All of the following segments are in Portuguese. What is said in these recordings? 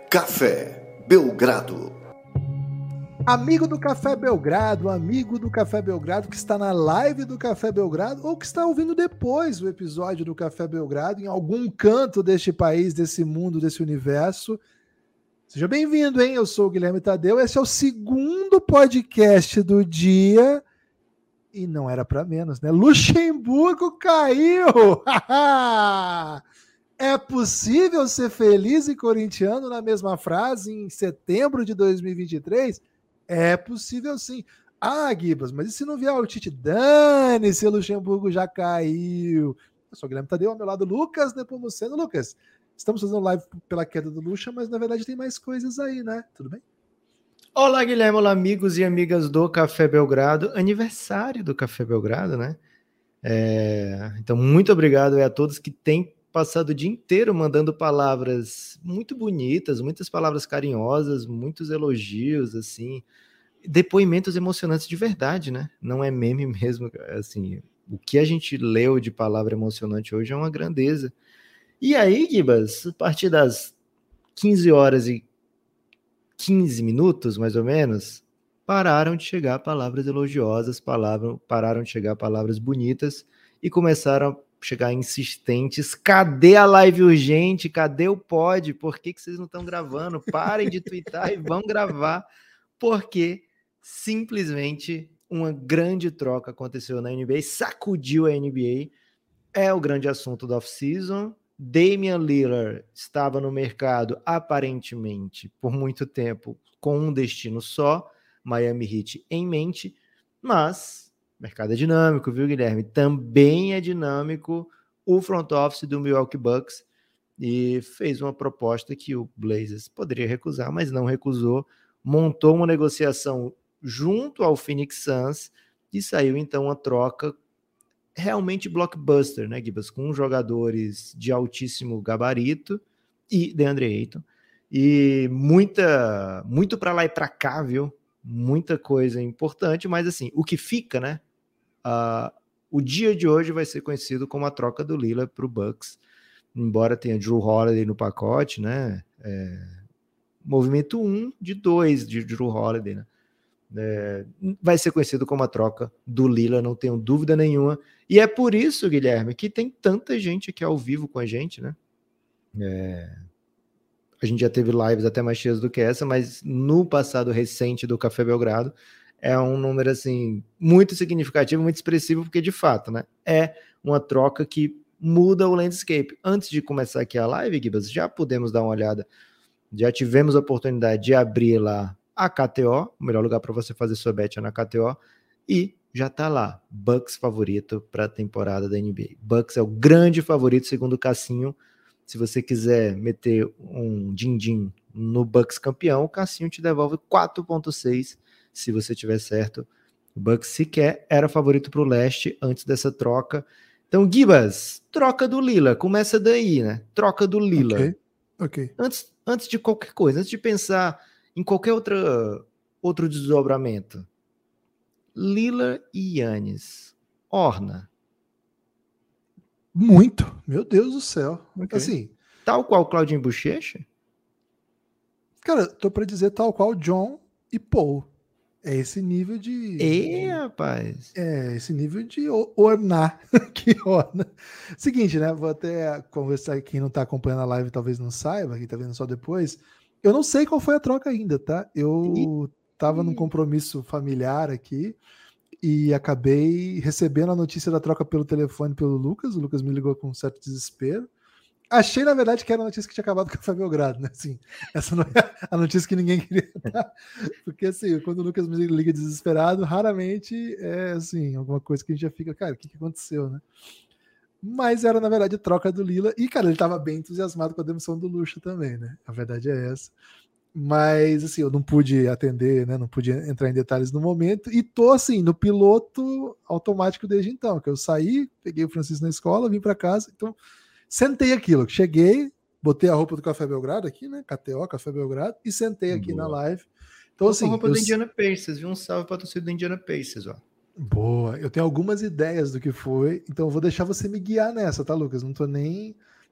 Café Belgrado. Amigo do Café Belgrado, amigo do Café Belgrado que está na live do Café Belgrado ou que está ouvindo depois o episódio do Café Belgrado em algum canto deste país, desse mundo, desse universo. Seja bem-vindo, hein? Eu sou o Guilherme Tadeu, esse é o segundo podcast do dia e não era para menos, né? Luxemburgo caiu! É possível ser feliz e corintiano na mesma frase em setembro de 2023? É possível sim. Ah, Gibas, mas e se não vier o Tite? Dane-se, Luxemburgo já caiu. Eu sou o Guilherme Tadeu, ao meu lado Lucas Nepomuceno. Lucas, estamos fazendo live pela queda do Luxa, mas na verdade tem mais coisas aí, né? Tudo bem? Olá, Guilherme, olá, amigos e amigas do Café Belgrado. Aniversário do Café Belgrado, né? Então, muito obrigado a todos que têm passado o dia inteiro mandando palavras muito bonitas, muitas palavras carinhosas, muitos elogios, assim, depoimentos emocionantes de verdade, né? Não é meme mesmo, assim, o que a gente leu de palavra emocionante hoje é uma grandeza. E aí, Gibas, a partir das 15 horas e 15 minutos, mais ou menos, pararam de chegar palavras elogiosas, pararam de chegar palavras bonitas e começaram a chegar insistentes. Cadê a live urgente? Cadê o pod? Por que vocês não estão gravando? Parem de twittar e vão gravar, porque simplesmente uma grande troca aconteceu na NBA, sacudiu a NBA, é o grande assunto da off-season. Damian Lillard estava no mercado, aparentemente, por muito tempo, com um destino só, Miami Heat em mente, mas o mercado é dinâmico, viu, Guilherme? Também é dinâmico o front office do Milwaukee Bucks e fez uma proposta que o Blazers poderia recusar, mas não recusou, montou uma negociação junto ao Phoenix Suns e saiu então uma troca realmente blockbuster, né, Gibas? Com jogadores de altíssimo gabarito e DeAndre Ayton. E muito para lá e para cá, viu? Muita coisa importante, mas assim, o que fica, né? O dia de hoje vai ser conhecido como a troca do Lillard para o Bucks, embora tenha Jrue Holiday no pacote, né? Movimento 1 de 2 de Jrue Holiday, né? Vai ser conhecido como a troca do Lillard, não tenho dúvida nenhuma. E é por isso, Guilherme, que tem tanta gente aqui ao vivo com a gente, né? A gente já teve lives até mais cheias do que essa, mas no passado recente do Café Belgrado é um número assim muito significativo, muito expressivo, porque de fato, né? É uma troca que muda o landscape. Antes de começar aqui a live, Gibas, já podemos dar uma olhada, já tivemos a oportunidade de abrir lá a KTO, o melhor lugar para você fazer sua bet é na KTO, e já está lá, Bucks favorito para a temporada da NBA. Bucks é o grande favorito, segundo o Cassinho. Se você quiser meter um din-din no Bucks campeão, o Cassinho te devolve 4,6 se você tiver certo. O Bucks sequer era favorito para o leste antes dessa troca. Então, Gibas, troca do Lillard, começa daí, né? Troca do Lillard. Ok. Antes de qualquer coisa, antes de pensar em qualquer outro desdobramento, Lillard e Giannis, orna. Muito. Meu Deus do céu. Okay. Assim, tal qual Claudinho Bochecha? Cara, tô pra dizer tal qual John e Paul. É esse nível de... rapaz. É, esse nível de ornar. Que orna. Seguinte, né? Vou até conversar, quem não tá acompanhando a live talvez não saiba, quem tá vendo só depois. Eu não sei qual foi a troca ainda, tá? Eu tava num compromisso familiar aqui e acabei recebendo a notícia da troca pelo telefone pelo Lucas. O Lucas me ligou com um certo desespero. Achei, na verdade, que era a notícia que tinha acabado com o Café Belgrado, né? Assim, essa não é a notícia que ninguém queria dar. Porque, assim, quando o Lucas me liga desesperado, raramente é, assim, alguma coisa que a gente já fica, cara, o que aconteceu, né? Mas era, na verdade, troca do Lillard. E, cara, ele tava bem entusiasmado com a demissão do Lucha também, né? A verdade é essa. Mas, assim, eu não pude atender, né? Não pude entrar em detalhes no momento. E tô, assim, no piloto automático desde então. Que eu saí, peguei o Francisco na escola, vim para casa. Então, sentei aquilo. Cheguei, botei a roupa do Café Belgrado aqui, né? KTO, Café Belgrado. E sentei aqui na live. Então, tô assim... com a roupa do Indiana Pacers, viu? Um salve para a torcida do Indiana Pacers, ó. Boa. Eu tenho algumas ideias do que foi. Então, eu vou deixar você me guiar nessa, tá, Lucas? Não tô nem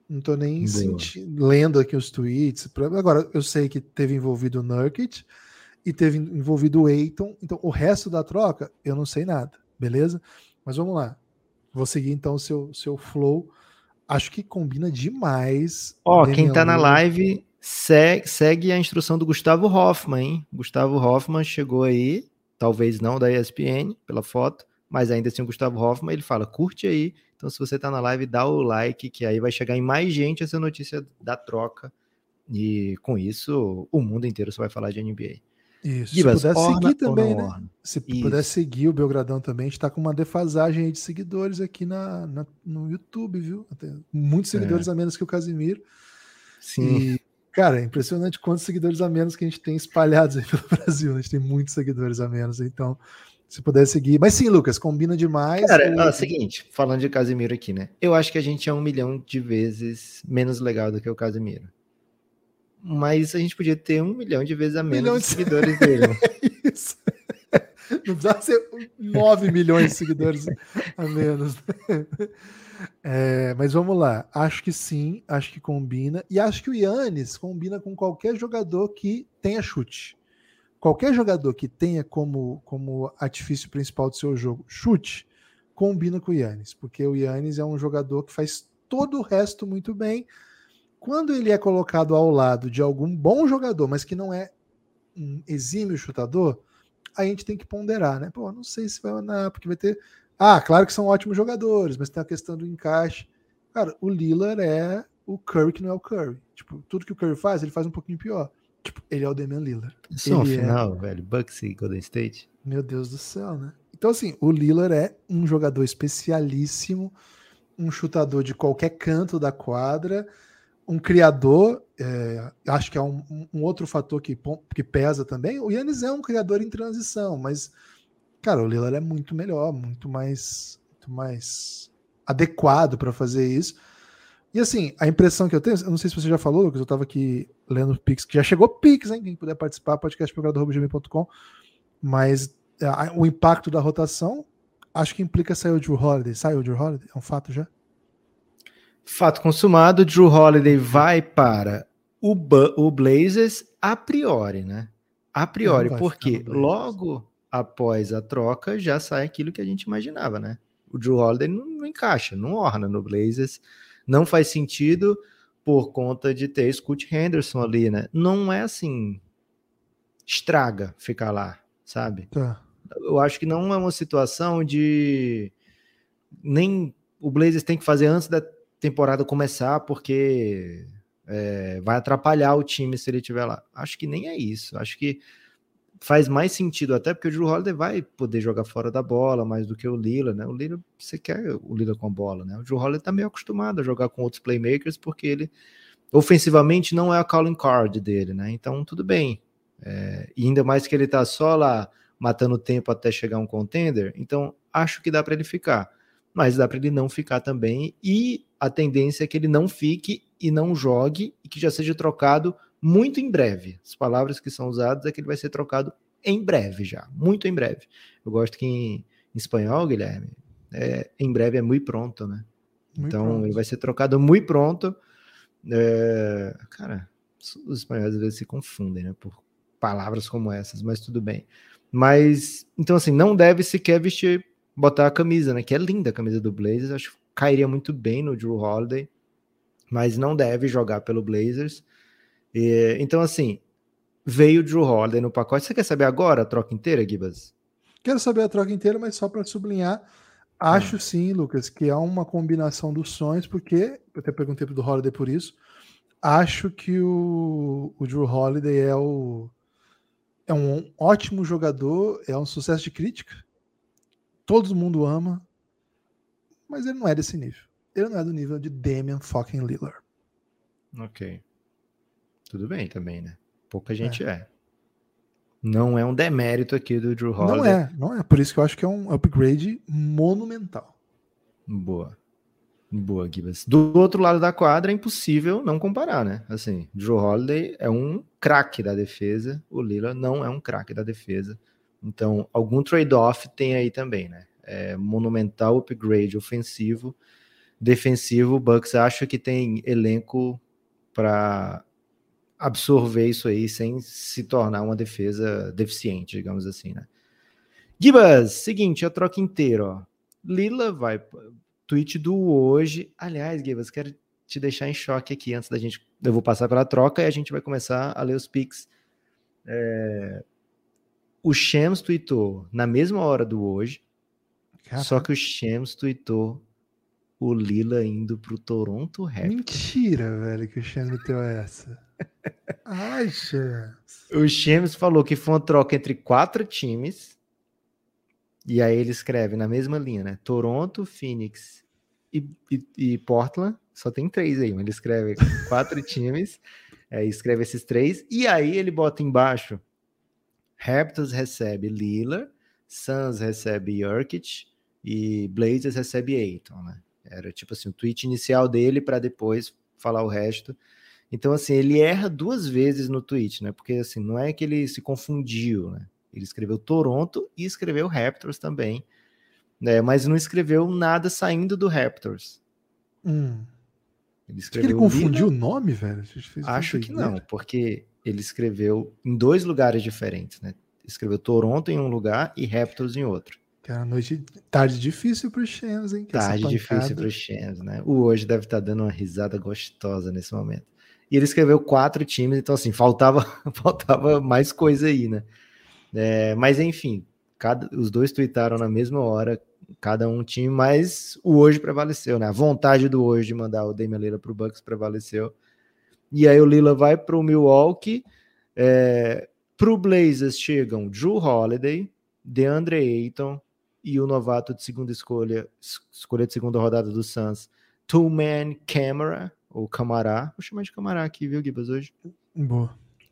Não tô nem lendo aqui os tweets. Agora, eu sei que teve envolvido o Nurkic e teve envolvido o Ayton. Então, o resto da troca, eu não sei nada, beleza? Mas vamos lá. Vou seguir, então, o seu flow. Acho que combina demais. Quem tá na live segue a instrução do Gustavo Hoffman, hein? Gustavo Hoffman chegou aí, talvez não da ESPN, pela foto, mas ainda assim o Gustavo Hoffman, ele fala, curte aí. Então, se você tá na live, dá o like, que aí vai chegar em mais gente essa notícia da troca. E com isso, o mundo inteiro só vai falar de NBA. Isso. Gibas, se puder seguir também, né? Orna. Se puder seguir o Belgradão também, a gente tá com uma defasagem aí de seguidores aqui no YouTube, viu? Tem muitos seguidores a menos que o Casimiro. Sim. E, cara, é impressionante quantos seguidores a menos que a gente tem espalhados aí pelo Brasil. A gente tem muitos seguidores a menos, então, se puder seguir. Mas sim, Lucas, combina demais. Cara, seguinte, falando de Casimiro aqui, né? Eu acho que a gente é 1 milhão de vezes menos legal do que o Casimiro. Mas a gente podia ter 1 milhão de vezes a menos de seguidores dele. É isso. Não precisava ser 9 milhões de seguidores a menos. Mas vamos lá. Acho que sim, acho que combina. E acho que o Giannis combina com qualquer jogador que tenha chute. Qualquer jogador que tenha como artifício principal do seu jogo chute, combina com o Giannis. Porque o Giannis é um jogador que faz todo o resto muito bem. Quando ele é colocado ao lado de algum bom jogador, mas que não é um exímio chutador, a gente tem que ponderar, né? Pô, não sei se vai andar, porque vai ter... claro que são ótimos jogadores, mas tem a questão do encaixe. Cara, o Lillard é o Curry que não é o Curry. Tipo, tudo que o Curry faz, ele faz um pouquinho pior. Tipo, ele é o Damian Lillard. Só final, velho, Bucks e Golden State. Meu Deus do céu, né? Então, assim, o Lillard é um jogador especialíssimo, um chutador de qualquer canto da quadra, um criador, acho que é um outro fator que pesa também. O Giannis é um criador em transição, mas, cara, o Lillard é muito melhor, muito mais adequado para fazer isso. E assim, a impressão que eu tenho, eu não sei se você já falou, Lucas, eu estava aqui lendo o Pix, que já chegou Pix, hein? Quem puder participar, podcastprogrado.gmail.com, mas o impacto da rotação, acho que implica sair o Jrue Holiday. Saiu o Jrue Holiday? É um fato já? Fato consumado, Jrue Holiday vai para o Blazers a priori, né? A priori, porque logo após a troca já sai aquilo que a gente imaginava, né? O Jrue Holiday não encaixa, não orna no Blazers, não faz sentido por conta de ter Scoot Henderson ali, né? Não é assim, estraga ficar lá, sabe? Tá. Eu acho que não é uma situação de nem o Blazers tem que fazer antes da temporada começar, porque vai atrapalhar o time se ele estiver lá. Acho que nem é isso. Acho que faz mais sentido, até porque o Jrue Holiday vai poder jogar fora da bola mais do que o Lillard, né? O Lillard, você quer o Lillard com a bola, né? O Jrue Holiday tá meio acostumado a jogar com outros playmakers, porque ele ofensivamente não é a calling card dele, né? Então, tudo bem. E ainda mais que ele tá só lá matando tempo até chegar um contender, então acho que dá para ele ficar. Mas dá para ele não ficar também, e a tendência é que ele não fique e não jogue, e que já seja trocado muito em breve. As palavras que são usadas é que ele vai ser trocado em breve já, muito em breve. Eu gosto que em espanhol, Guilherme, em breve é muito pronto, né? Muito então pronto. Ele vai ser trocado muito pronto. Cara, os espanhóis às vezes se confundem, né, por palavras como essas, mas tudo bem. Mas, então assim, não deve sequer botar a camisa, né? Que é linda a camisa do Blazers. Acho que cairia muito bem no Jrue Holiday, mas não deve jogar pelo Blazers. Então, assim, veio o Jrue Holiday no pacote. Você quer saber agora a troca inteira, Gibas? Quero saber a troca inteira, mas só para sublinhar, acho sim, Lucas, que é uma combinação dos sonhos, porque eu até perguntei pro Holiday por isso. Acho que o Jrue Holiday é um ótimo jogador, é um sucesso de crítica. Todo mundo ama, mas ele não é desse nível. Ele não é do nível de Damian fucking Lillard. Ok. Tudo bem também, né? Pouca gente Não é um demérito aqui do Jrue Holiday. Não é. Por isso que eu acho que é um upgrade monumental. Boa, Gibas. Do outro lado da quadra é impossível não comparar, né? Assim, Jrue Holiday é um craque da defesa, o Lillard não é um craque da defesa. Então, algum trade-off tem aí também, né? Monumental upgrade ofensivo. defensivo, o Bucks acha que tem elenco para absorver isso aí sem se tornar uma defesa deficiente, digamos assim, né? Gibas, seguinte, a troca inteira, ó. Lila vai, tweet do hoje. Aliás, Gibas, quero te deixar em choque aqui antes da gente. Eu vou passar pela troca e a gente vai começar a ler os pics. O Shams tweetou na mesma hora do hoje, só que o Shams tweetou o Lila indo pro Toronto Raptors. Mentira, velho, que o Shams meteu essa. Ai, Shams. O Shams falou que foi uma troca entre 4 times. E aí ele escreve na mesma linha, né? Toronto, Phoenix e Portland. Só tem 3 aí, mas ele escreve 4 times. Escreve esses 3. E aí ele bota embaixo: Raptors recebe Lillard, Suns recebe Jokic e Blazers recebe Ayton, né? Era tipo assim, o tweet inicial dele para depois falar o resto. Então, assim, ele erra 2 vezes no tweet, né? Porque, assim, não é que ele se confundiu, né? Ele escreveu Toronto e escreveu Raptors também, né? Mas não escreveu nada saindo do Raptors. Ele escreveu. Ele confundiu o nome, velho? Acho que não, porque ele escreveu em 2 lugares diferentes, né? Escreveu Toronto em um lugar e Raptors em outro. Cara, tarde difícil pro Shams, hein? Tarde difícil pro Shams, né? O hoje deve estar dando uma risada gostosa nesse momento. E ele escreveu 4 times, então assim, faltava mais coisa aí, né? Mas enfim, os 2 tweetaram na mesma hora, cada um time, mas o hoje prevaleceu, né? A vontade do hoje de mandar o Damian Lillard pro Bucks prevaleceu. E aí o Lillard vai pro Milwaukee, pro Blazers chegam Jrue Holiday, DeAndre Ayton e o novato de segunda escolha de segunda rodada do Suns, Two-Man Camara, ou Camará, vou chamar de Camará aqui, viu, Gibas, hoje? Boa.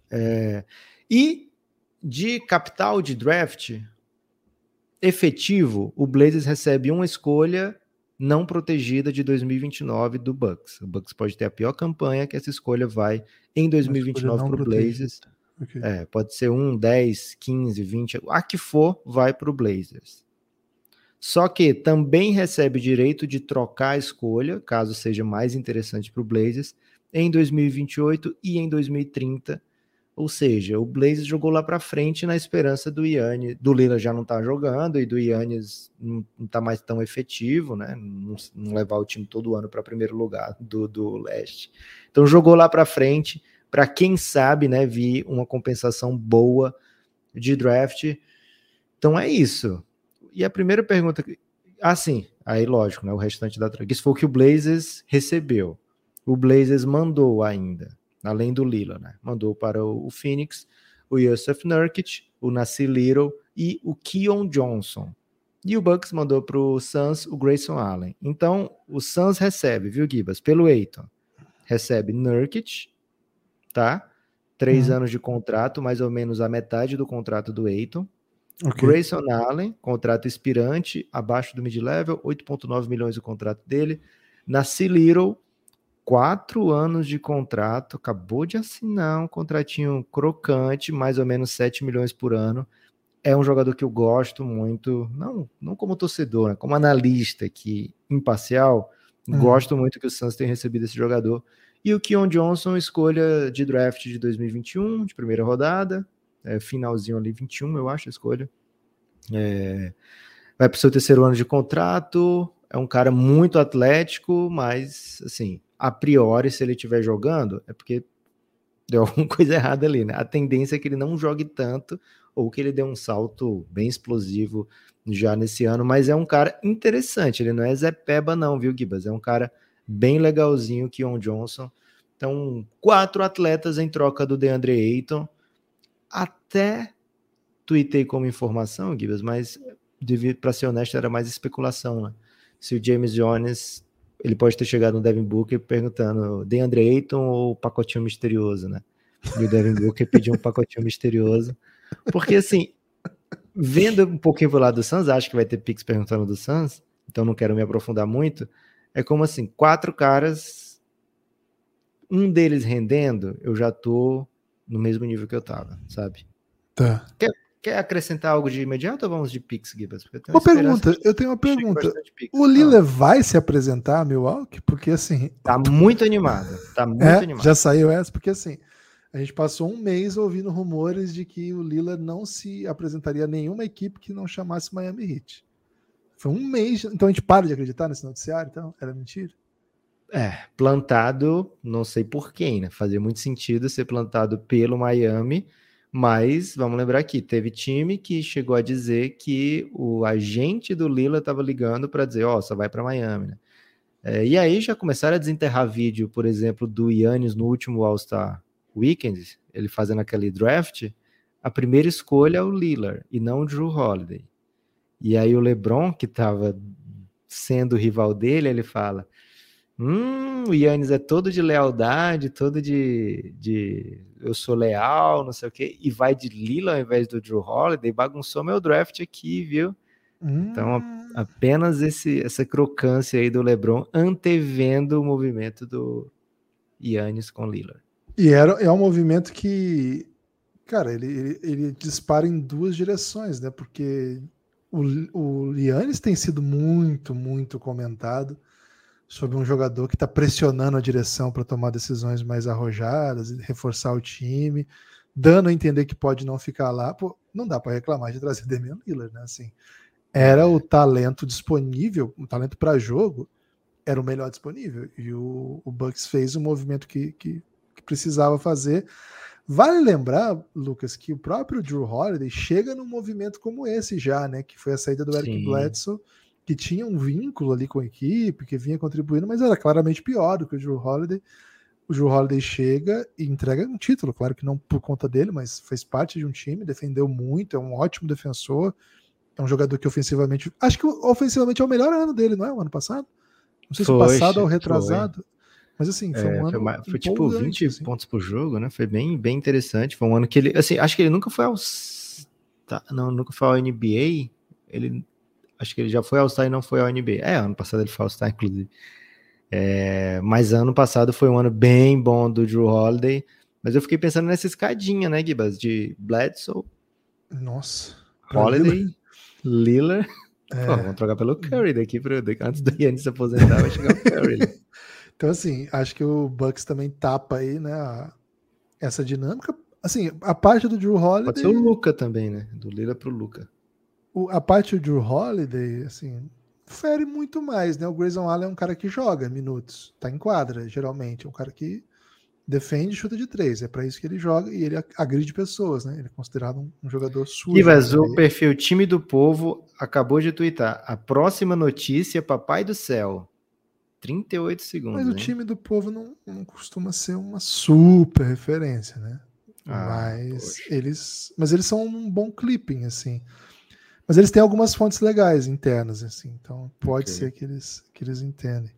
E de capital de draft efetivo, o Blazers recebe uma escolha não protegida de 2029 do Bucks. O Bucks pode ter a pior campanha, que essa escolha vai em 2029 para o Blazers. Okay. Pode ser 1, 10, 15, 20, a que for, vai para o Blazers. Só que também recebe direito de trocar a escolha, caso seja mais interessante para o Blazers, em 2028 e em 2030. Ou seja, o Blazers jogou lá para frente na esperança do Giannis, do Lillard já não tá jogando e do Giannis não tá mais tão efetivo, né? Não levar o time todo ano para primeiro lugar do leste. Então jogou lá para frente para quem sabe, né, vir uma compensação boa de draft. Então é isso. E a primeira pergunta, sim, aí lógico, né, o restante da troca. Isso foi o que o Blazers recebeu. O Blazers mandou ainda, além do Lillard, né, mandou para o Phoenix o Jusuf Nurkic, o Nassir Little e o Keon Johnson. E o Bucks mandou para o Suns o Grayson Allen. Então, o Suns recebe, viu, Gibas? Pelo Ayton. Recebe Nurkic, tá? 3 anos de contrato, mais ou menos a metade do contrato do Ayton. Okay. Grayson Allen, contrato expirante, abaixo do mid-level, 8,9 milhões o contrato dele. Nassir Little, 4 anos de contrato, acabou de assinar um contratinho crocante, mais ou menos 7 milhões por ano. É um jogador que eu gosto muito, não como torcedor, né, como analista aqui, imparcial, gosto muito que o Suns tenha recebido esse jogador. E o Keon Johnson, escolha de draft de 2021, de primeira rodada, finalzinho ali, 21, eu acho, a escolha. Vai para o seu 3º ano de contrato, é um cara muito atlético, mas, assim, a priori, se ele estiver jogando, é porque deu alguma coisa errada ali, né? A tendência é que ele não jogue tanto, ou que ele dê um salto bem explosivo já nesse ano, mas é um cara interessante, ele não é Zé Peba não, viu, Gibas? É um cara bem legalzinho, Keon Johnson. Então, 4 atletas em troca do DeAndre Ayton. Até tuitei como informação, Gibas, mas para ser honesto, era mais especulação, né? Se o James Jones, ele pode ter chegado no Devin Booker perguntando DeAndre Ayton ou pacotinho misterioso, né? E o Devin Booker pediu um pacotinho misterioso. Porque, assim, vendo um pouquinho pro lado do Suns, acho que vai ter Pix perguntando do Suns, então não quero me aprofundar muito. É como assim, 4 caras, um deles rendendo, eu já tô no mesmo nível que eu tava, sabe? Tá. Quer acrescentar algo de imediato ou vamos de Pix, Gibas? Eu tenho uma pergunta. O Lillard vai se apresentar a Milwaukee? Porque assim... Tá muito animado. Já saiu essa? Porque assim, a gente passou um mês ouvindo rumores de que o Lillard não se apresentaria a nenhuma equipe que não chamasse Miami Heat. Foi um mês, então a gente para de acreditar nesse noticiário, então? Era mentira? Plantado, não sei por quem, né? Fazia muito sentido ser plantado pelo Miami, mas vamos lembrar aqui, teve time que chegou a dizer que o agente do Lillard estava ligando para dizer, só vai para Miami, né? E aí já começaram a desenterrar vídeo, por exemplo, do Giannis no último All-Star Weekend, ele fazendo aquele draft, a primeira escolha é o Lillard e não o Jrue Holiday. E aí o LeBron, que estava sendo o rival dele, ele fala, o Giannis é todo de lealdade, todo de eu sou leal, não sei o quê, e vai de Lillard ao invés do Jrue Holiday, bagunçou meu draft aqui, viu? Então, apenas essa crocância aí do LeBron antevendo o movimento do Giannis com Lillard. E é um movimento que, cara, ele dispara em duas direções, né? Porque o Giannis tem sido muito, muito comentado sobre um jogador que está pressionando a direção para tomar decisões mais arrojadas, reforçar o time, dando a entender que pode não ficar lá. Pô, não dá para reclamar de trazer Damian Lillard, né? Assim, era o talento disponível, o talento para jogo era o melhor disponível, e o Bucks fez o movimento que precisava fazer. Vale lembrar, Lucas, que o próprio Jrue Holiday chega num movimento como esse já, né? Que foi a saída do Eric Bledsoe, que tinha um vínculo ali com a equipe, que vinha contribuindo, mas era claramente pior do que o Jrue Holiday. O Jrue Holiday chega e entrega um título, claro que não por conta dele, mas fez parte de um time, defendeu muito, é um ótimo defensor, é um jogador que ofensivamente... Acho que ofensivamente é o melhor ano dele, não é? O ano passado? Não sei se o passado ou o retrasado. Mas assim, foi um ano... Foi tipo 20 assim. Pontos por jogo, né? Foi bem interessante. Foi um ano que ele... Assim, acho que ele nunca foi nunca foi ao NBA. Acho que ele já foi All-Star e não foi ao NBA. Ano passado ele foi All-Star, inclusive. Mas ano passado foi um ano bem bom do Jrue Holiday. Mas eu fiquei pensando nessa escadinha, né, Gibas? De Bledsoe. Nossa. Holiday, Lillard. Pô, vamos trocar pelo Curry daqui antes do Giannis se aposentar, vai chegar o Curry. Então, assim, acho que o Bucks também tapa aí, né, essa dinâmica. Assim, a parte do Jrue Holiday... Pode ser o Luka também, né? Do Lillard pro Luka. A parte do Jrue Holiday, assim, fere muito mais, né? O Grayson Allen é um cara que joga minutos, tá em quadra, geralmente. É um cara que defende e chuta de 3. É para isso que ele joga e ele agride pessoas, né? Ele é considerado um jogador sujo. Ivas, o perfil Time do Povo acabou de twittar. A próxima notícia, Papai do Céu. 38 segundos. Mas o Time do Povo não costuma ser uma super referência, né? Mas eles são um bom clipping, assim. Mas eles têm algumas fontes legais internas, assim. Então pode ser que eles entendem.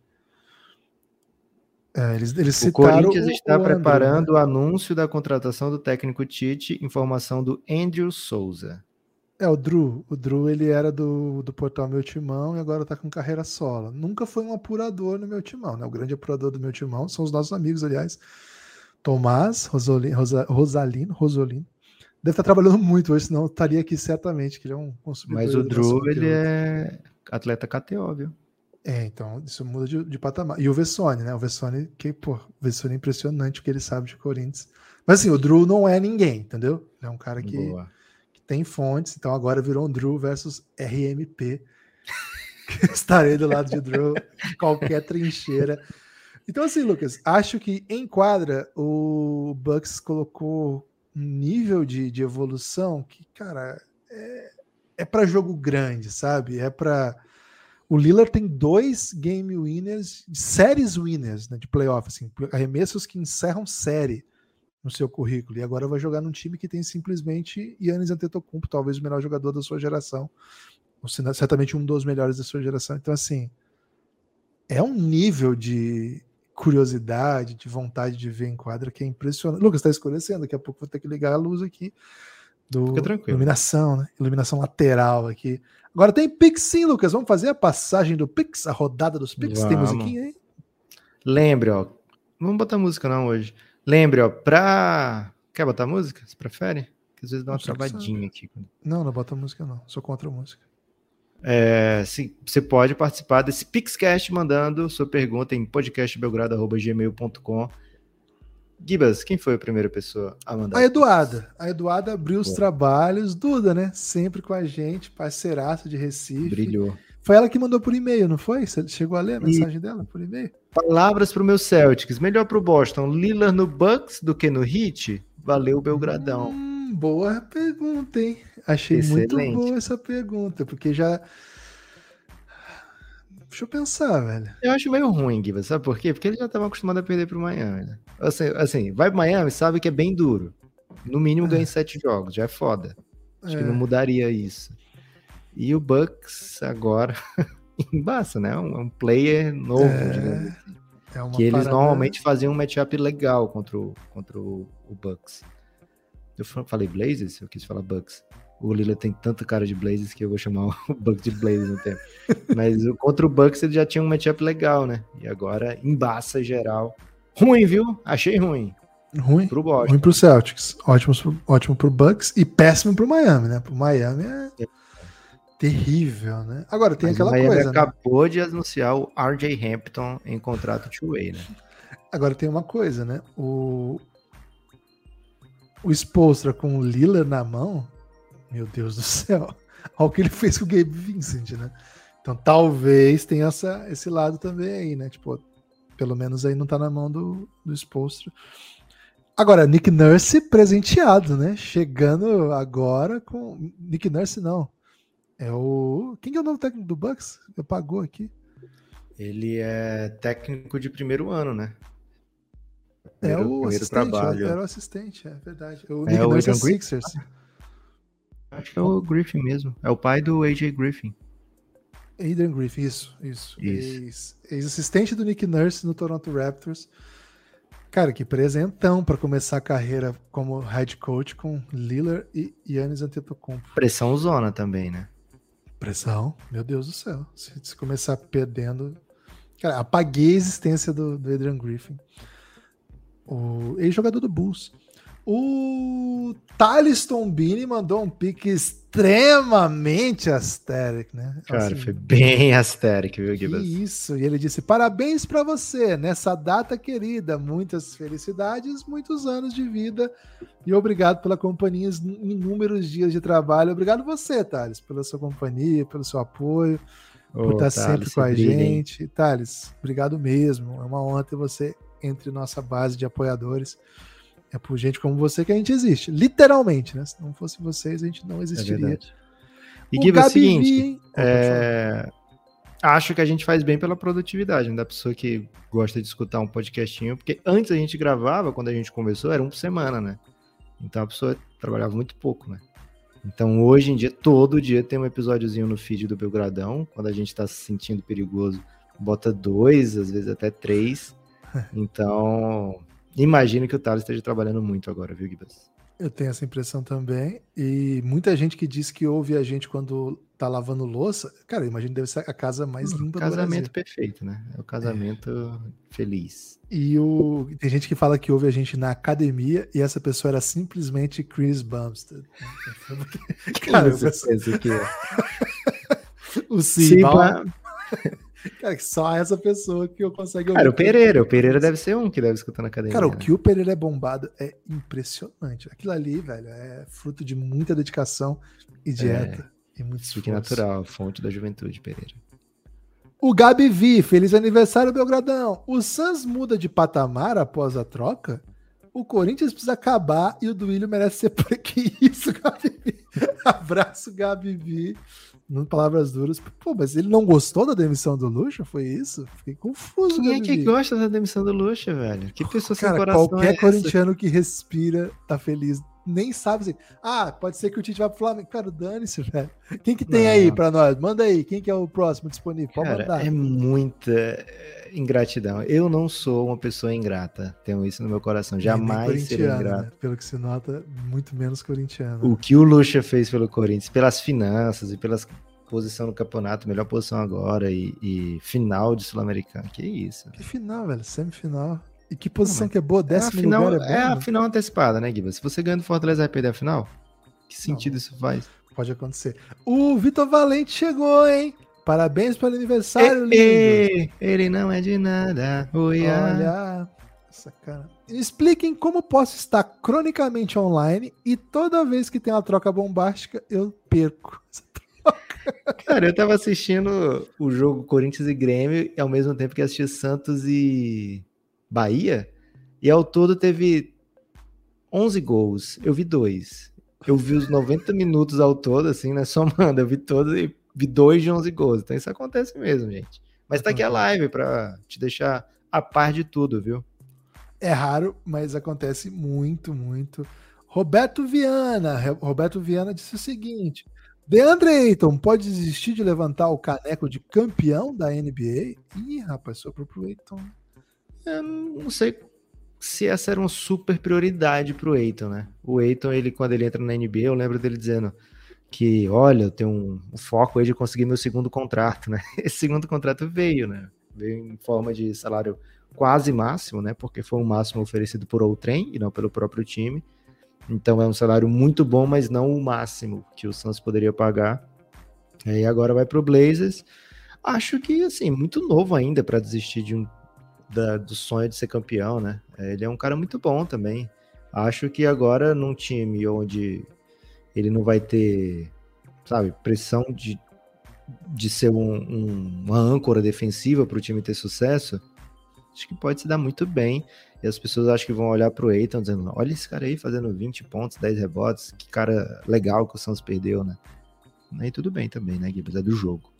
Eles citaram o Corinthians está preparando o anúncio da contratação do técnico Tite, informação do Andrew Souza. O Drew ele era do portal Meu Timão e agora está com carreira solo. Nunca foi um apurador no Meu Timão, né? O grande apurador do Meu Timão são os nossos amigos, aliás. Tomás, Rosalino. Deve estar trabalhando muito hoje, senão estaria aqui certamente, que ele é um consumidor. Mas o Drew, ele é atleta KTO, viu? Então isso muda de patamar. E o Vessone, né? O Vessone é impressionante o que ele sabe de Corinthians. Mas assim, o Drew não é ninguém, entendeu? Ele é um cara que tem fontes, então agora virou um Drew versus RMP. Estarei do lado de Drew, qualquer trincheira. Então assim, Lucas, acho que em quadra o Bucks colocou um nível de evolução que, cara, é para jogo grande, sabe? O Lillard tem 2 game winners, séries winners, né, de playoff, assim, arremessos que encerram série no seu currículo, e agora vai jogar num time que tem simplesmente Giannis Antetokounmpo, talvez o melhor jogador da sua geração, ou certamente um dos melhores da sua geração. Então assim, é um nível de curiosidade, de vontade de ver em quadra que é impressionante. Lucas, está escurecendo, daqui a pouco vou ter que ligar a luz aqui do iluminação, né? Iluminação lateral aqui. Agora tem Pix sim, Lucas. Vamos fazer a passagem do Pix, a rodada dos Pix. Vamos. Tem musiquinha aí? Lembre, vamos botar música não hoje. Lembre, Quer botar música? Você prefere? que às vezes dá uma travadinha aqui. Não bota música não, sou contra a música. Sim, você pode participar desse Pixcast mandando sua pergunta em podcastbelgrado@gmail.com. Gibas, quem foi a primeira pessoa a mandar? A Eduarda abriu os trabalhos, Duda, né? Sempre com a gente, parceiraço de Recife. Brilhou. Foi ela que mandou por e-mail, não foi? Você chegou a ler a mensagem dela por e-mail? Palavras pro meu Celtics, melhor pro Boston, Lillard no Bucks do que no Heat? Valeu, Belgradão. Boa pergunta, hein? Achei Excelente. muito boa essa pergunta, porque já... Deixa eu pensar, velho. Eu acho meio ruim, Gibas, sabe por quê? Porque ele já estava acostumado a perder pro Miami, né? Assim, vai pro Miami, sabe que é bem duro. No mínimo ganha 7 jogos, já é foda. Acho que não mudaria isso. E o Bucks agora embaça, né? Um player novo, digamos assim. Que eles normalmente faziam um matchup legal contra o Bucks. Eu falei Blazers? Eu quis falar Bucks. O Lillard tem tanta cara de Blazers que eu vou chamar o Bucks de Blazers no tempo. Mas contra o Bucks ele já tinha um matchup legal, né? E agora embaça geral. Ruim, viu? Achei ruim. Ruim? Pro Boston. Ruim pro Celtics. Ótimo pro Bucks e péssimo pro Miami, né? Pro Miami é terrível, né? Agora tem aquela coisa. O Miami acabou de anunciar o RJ Hampton em contrato two-way, né? Agora tem uma coisa, né? O Spoelstra com o Lillard na mão, meu Deus do céu. Olha o que ele fez com o Gabe Vincent, né? Então talvez tenha esse lado também aí, né? Tipo, pelo menos aí não tá na mão do Spoelstra. Agora, Nick Nurse presenteado, né? Chegando agora com... Nick Nurse não. É o... Quem que é o novo técnico do Bucks? Apagou aqui. Ele é técnico de primeiro ano, né? É o assistente, trabalho. Era o assistente, é verdade. O Nick Nurse é Sixers. Acho que é o Griffin mesmo. É o pai do AJ Griffin. Adrian Griffin, isso. Ex-assistente do Nick Nurse no Toronto Raptors. Cara, que presentão para começar a carreira como head coach com Lillard e Giannis Antetokounmpo. Pressão zona também, né? Pressão, meu Deus do céu. Se começar perdendo... Cara, apaguei a existência do Adrian Griffin. O ex-jogador do Bulls. O Thales Tombini mandou um pique extremamente asteric, né? Cara, assim, foi bem asteric, viu, Gibas? Isso, e ele disse, parabéns para você nessa data querida, muitas felicidades, muitos anos de vida e obrigado pela companhia, inúmeros dias de trabalho. Obrigado você, Thales, pela sua companhia, pelo seu apoio, por estar sempre com a gente. Thales, obrigado mesmo, é uma honra ter você entre nossa base de apoiadores. É por gente como você que a gente existe. Literalmente, né? Se não fosse vocês, a gente não existiria. E Gibas, é o seguinte, acho que a gente faz bem pela produtividade, né? Da pessoa que gosta de escutar um podcastinho, porque antes a gente gravava, quando a gente conversou, era um por semana, né? Então a pessoa trabalhava muito pouco, né? Então hoje em dia, todo dia tem um episódiozinho no feed do Belgradão, quando a gente tá se sentindo perigoso, bota 2, às vezes até 3. Então... Imagino que o Thales esteja trabalhando muito agora, viu, Gibas? Eu tenho essa impressão também. E muita gente que diz que ouve a gente quando tá lavando louça. Cara, imagino que deve ser a casa mais limpa do Brasil. Casamento perfeito, né? É o casamento feliz. E tem gente que fala que ouve a gente na academia e essa pessoa era simplesmente Chris Bumstead. Cara, pensa que é. O Simba. Cara, que só essa pessoa que eu consigo ouvir. Cara, o Pereira deve ser um que deve escutar na academia. Cara, o que o Pereira é bombado é impressionante. Aquilo ali, velho, é fruto de muita dedicação e dieta. E muito esforço. Natural, fonte da juventude, Pereira. O Gabi Vi, feliz aniversário, Belgradão. O Suns muda de patamar após a troca? O Corinthians precisa acabar e o Duílio merece ser por que isso, Gabi Vi. Abraço, Gabi Vi. Não palavras duras. Pô, mas ele não gostou da demissão do Lucha? Foi isso? Fiquei confuso. Quem é que gosta da demissão do Lucha, velho? Que pessoa sem Cara, coração qualquer corintiano que respira tá feliz. Nem sabe assim. Ah, pode ser que o Tite vá pro Flamengo. Cara, dane-se, velho. Quem que tem aí pra nós? Manda aí. Quem que é o próximo disponível? Pode mandar. É muita ingratidão. Eu não sou uma pessoa ingrata. Tenho isso no meu coração. Jamais serei ingrato. Né? Pelo que se nota, muito menos corintiano. O que o Lucha fez pelo Corinthians, pelas finanças e pelas posição no campeonato, melhor posição agora e final de Sul-Americano. Que isso? Que final, velho? Semifinal. E que posição que é boa? 10º lugar é bom. É a final antecipada, né, Guiba? Se você ganha do Fortaleza, vai perder a final? Que sentido isso faz? Pode acontecer. O Vitor Valente chegou, hein? Parabéns pelo aniversário, lindo. Ele não é de nada. Olha essa cara. Expliquem como posso estar cronicamente online e toda vez que tem uma troca bombástica, eu perco. Cara, eu tava assistindo o jogo Corinthians e Grêmio ao mesmo tempo que assistia Santos e Bahia, e ao todo teve 11 gols. Eu vi 2. Eu vi os 90 minutos ao todo, assim, né? Somando, eu vi todos e vi 2 de 11 gols. Então isso acontece mesmo, gente. Mas tá aqui a live pra te deixar a par de tudo, viu? É raro, mas acontece muito, muito. Roberto Viana disse o seguinte: DeAndre Ayton pode desistir de levantar o caneco de campeão da NBA? Ih, rapaz, soprou pro Ayton. Eu não sei se essa era uma super prioridade pro Ayton, né? O Ayton, quando ele entra na NBA, eu lembro dele dizendo que, olha, eu tenho um foco aí de conseguir meu segundo contrato, né? Esse segundo contrato veio, né? Veio em forma de salário quase máximo, né? Porque foi um máximo oferecido por outrem e não pelo próprio time. Então é um salário muito bom, mas não o máximo que o Suns poderia pagar. E agora vai pro Blazers. Acho que, assim, muito novo ainda para desistir do sonho de ser campeão, né? Ele é um cara muito bom também. Acho que agora num time onde ele não vai ter, sabe, pressão de ser uma âncora defensiva para o time ter sucesso, acho que pode se dar muito bem. E as pessoas acham que vão olhar pro Ayton dizendo, olha esse cara aí fazendo 20 pontos, 10 rebotes, que cara legal que o Suns perdeu, né? E tudo bem também, né, Gibbs? É do jogo.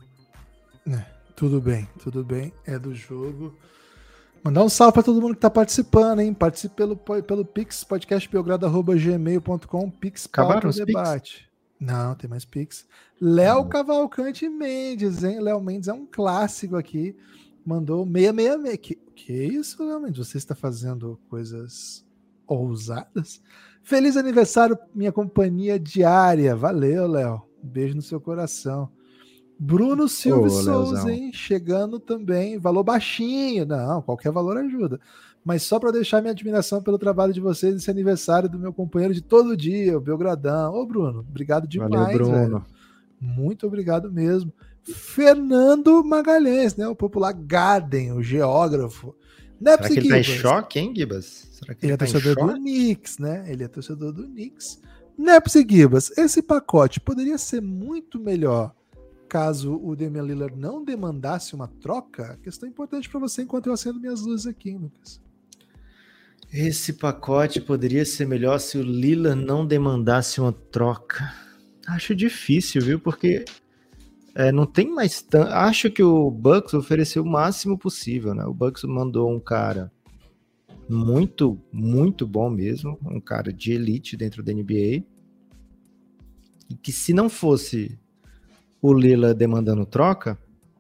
Tudo bem, é do jogo. Mandar um salve para todo mundo que tá participando, hein? Participe pelo Pix, podcastbelgrado@gmail.com, Pix Acabaram para o os debate. Pix? Não, tem mais Pix. Léo Cavalcante Mendes, hein? Léo Mendes é um clássico aqui. Mandou 666. Que isso, Léo Mendes? Você está fazendo coisas ousadas? Feliz aniversário, minha companhia diária. Valeu, Léo. Um beijo no seu coração. Bruno Silva Souza, hein? Chegando também. Valor baixinho. Não, qualquer valor ajuda. Mas só para deixar minha admiração pelo trabalho de vocês nesse aniversário do meu companheiro de todo dia, o Belgradão. Ô, Bruno, obrigado demais, valeu, Bruno. Velho. Muito obrigado mesmo. Fernando Magalhães, né? O popular Garden, o geógrafo. Será que ele tá em choque, hein, Gibas? Será que ele é torcedor do Knicks, né? Ele é torcedor do Knicks. Neps e Gibas, esse pacote poderia ser muito melhor caso o Damian Lillard não demandasse uma troca? Questão importante para você enquanto eu acendo minhas luzes aqui, Lucas. Esse pacote poderia ser melhor se o Lillard não demandasse uma troca. Acho difícil, viu? Porque não tem mais tanto. Acho que o Bucks ofereceu o máximo possível, né? O Bucks mandou um cara muito, muito bom mesmo, um cara de elite dentro da NBA, e que se não fosse o Lillard demandando troca,